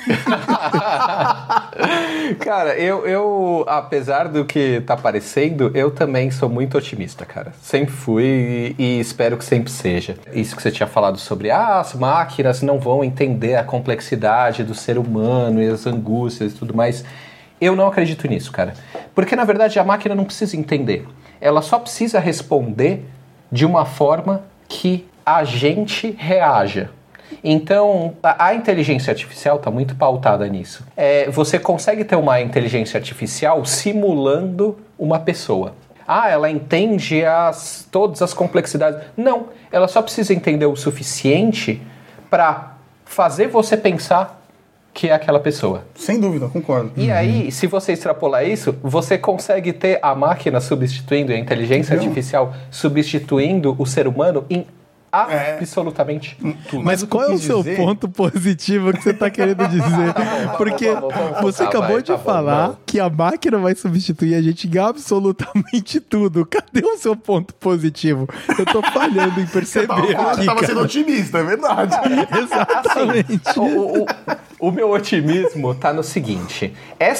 Cara, eu, apesar do que tá parecendo, eu também sou muito otimista, cara. Sempre fui e espero que sempre seja. Isso que você tinha falado sobre, as máquinas não vão entender a complexidade do ser humano e as angústias e tudo mais. Eu não acredito nisso, cara. Porque, na verdade, a máquina não precisa entender. Ela só precisa responder de uma forma que a gente reaja. Então, a inteligência artificial está muito pautada nisso. Você consegue ter uma inteligência artificial simulando uma pessoa. Ela entende todas as complexidades. Não, ela só precisa entender o suficiente para fazer você pensar que é aquela pessoa. Sem dúvida, concordo. E aí, se você extrapolar isso, você consegue ter a máquina substituindo, a inteligência artificial substituindo o ser humano em absolutamente tudo. Mas qual é o seu ponto positivo que você está querendo dizer? Porque você acabou de falar que a máquina vai substituir a gente em absolutamente tudo. Cadê o seu ponto positivo? Eu tô falhando em perceber aqui. Eu tava sendo otimista, é verdade. Exatamente. Assim, o meu otimismo tá no seguinte.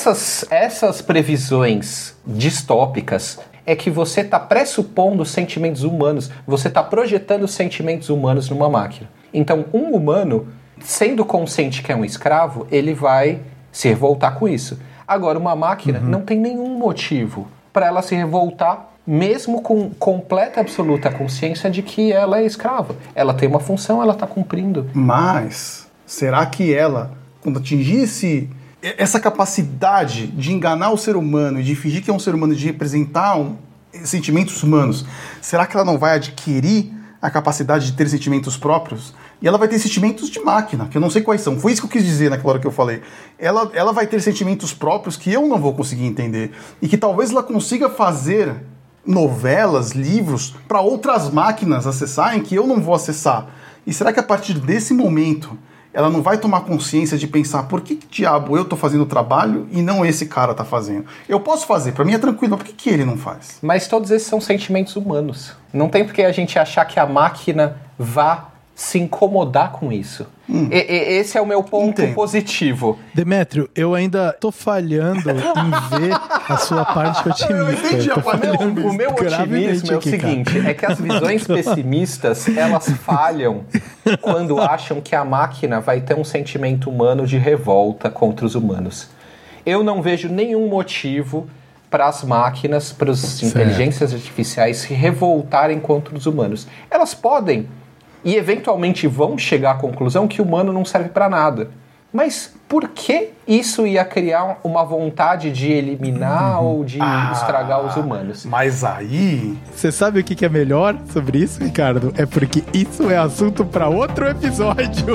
Essas previsões distópicas é que você está pressupondo sentimentos humanos, você está projetando sentimentos humanos numa máquina. Então, um humano, sendo consciente que é um escravo, ele vai se revoltar com isso. Agora, uma máquina não tem nenhum motivo para ela se revoltar, mesmo com completa, absoluta consciência de que ela é escrava. Ela tem uma função, ela está cumprindo. Mas, será que ela, quando atingir essa capacidade de enganar o ser humano e de fingir que é um ser humano, de representar sentimentos humanos, será que ela não vai adquirir a capacidade de ter sentimentos próprios? E ela vai ter sentimentos de máquina, que eu não sei quais são. Foi isso que eu quis dizer naquela hora que eu falei. Ela vai ter sentimentos próprios que eu não vou conseguir entender. E que talvez ela consiga fazer novelas, livros, para outras máquinas acessarem que eu não vou acessar? E será que a partir desse momento ela não vai tomar consciência de pensar por que diabo eu tô fazendo o trabalho e não esse cara tá fazendo? Eu posso fazer, pra mim é tranquilo, mas por que ele não faz? Mas todos esses são sentimentos humanos. Não tem por que a gente achar que a máquina vá se incomodar com isso. Esse é o meu ponto positivo. Demétrio, eu ainda tô falhando em ver a sua parte otimista. O meu otimismo é o seguinte, é que as visões pessimistas, elas falham quando acham que a máquina vai ter um sentimento humano de revolta contra os humanos. Eu não vejo nenhum motivo para as máquinas, para as inteligências artificiais se revoltarem contra os humanos. Elas podem e eventualmente vão chegar à conclusão que o humano não serve para nada. Mas por que isso ia criar uma vontade de eliminar ou de estragar os humanos? Mas aí... Você sabe o que é melhor sobre isso, Ricardo? É porque isso é assunto para outro episódio.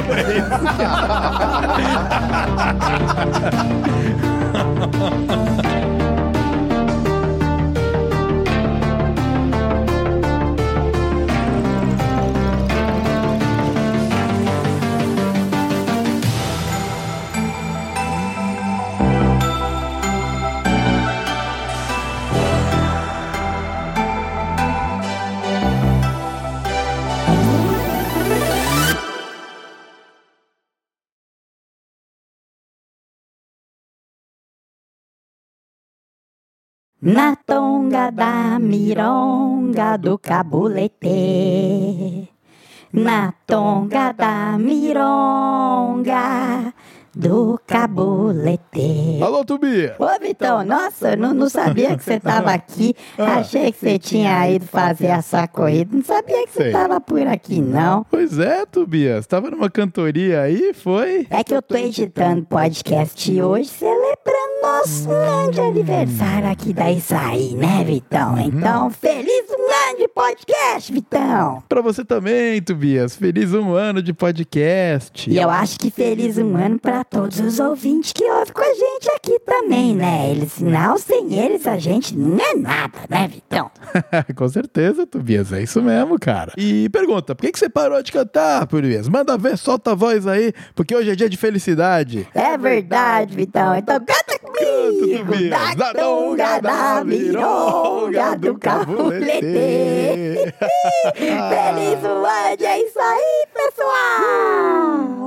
Na tonga da mironga do cabulete, na tonga da mironga do cabulete. Alô, Tubi! Ô, Vitão, nossa, eu não sabia que você tava aqui. Achei que você tinha ido fazer essa corrida. Não sabia que você tava por aqui, não. Pois é, Tobias. Tava numa cantoria aí, foi? É que eu tô editando podcast hoje, celebrando nosso grande aniversário aqui da Isaí, né, Vitão? Então, feliz ano de podcast, Vitão! Pra você também, Tobias. Feliz ano de podcast. E eu acho que feliz ano pra todos os ouvintes que ouvem com a gente aqui também, né? Eles, não, sem eles a gente não é nada, né, Vitão? Com certeza, Tobias. É isso mesmo, cara. E pergunta, por que você parou de cantar, Tobias? Manda ver, solta a voz aí, porque hoje é dia de felicidade. É verdade, Vitão. Então canta comigo. Da tonga da mironga do cabulete. Feliz ano, é isso aí, pessoal!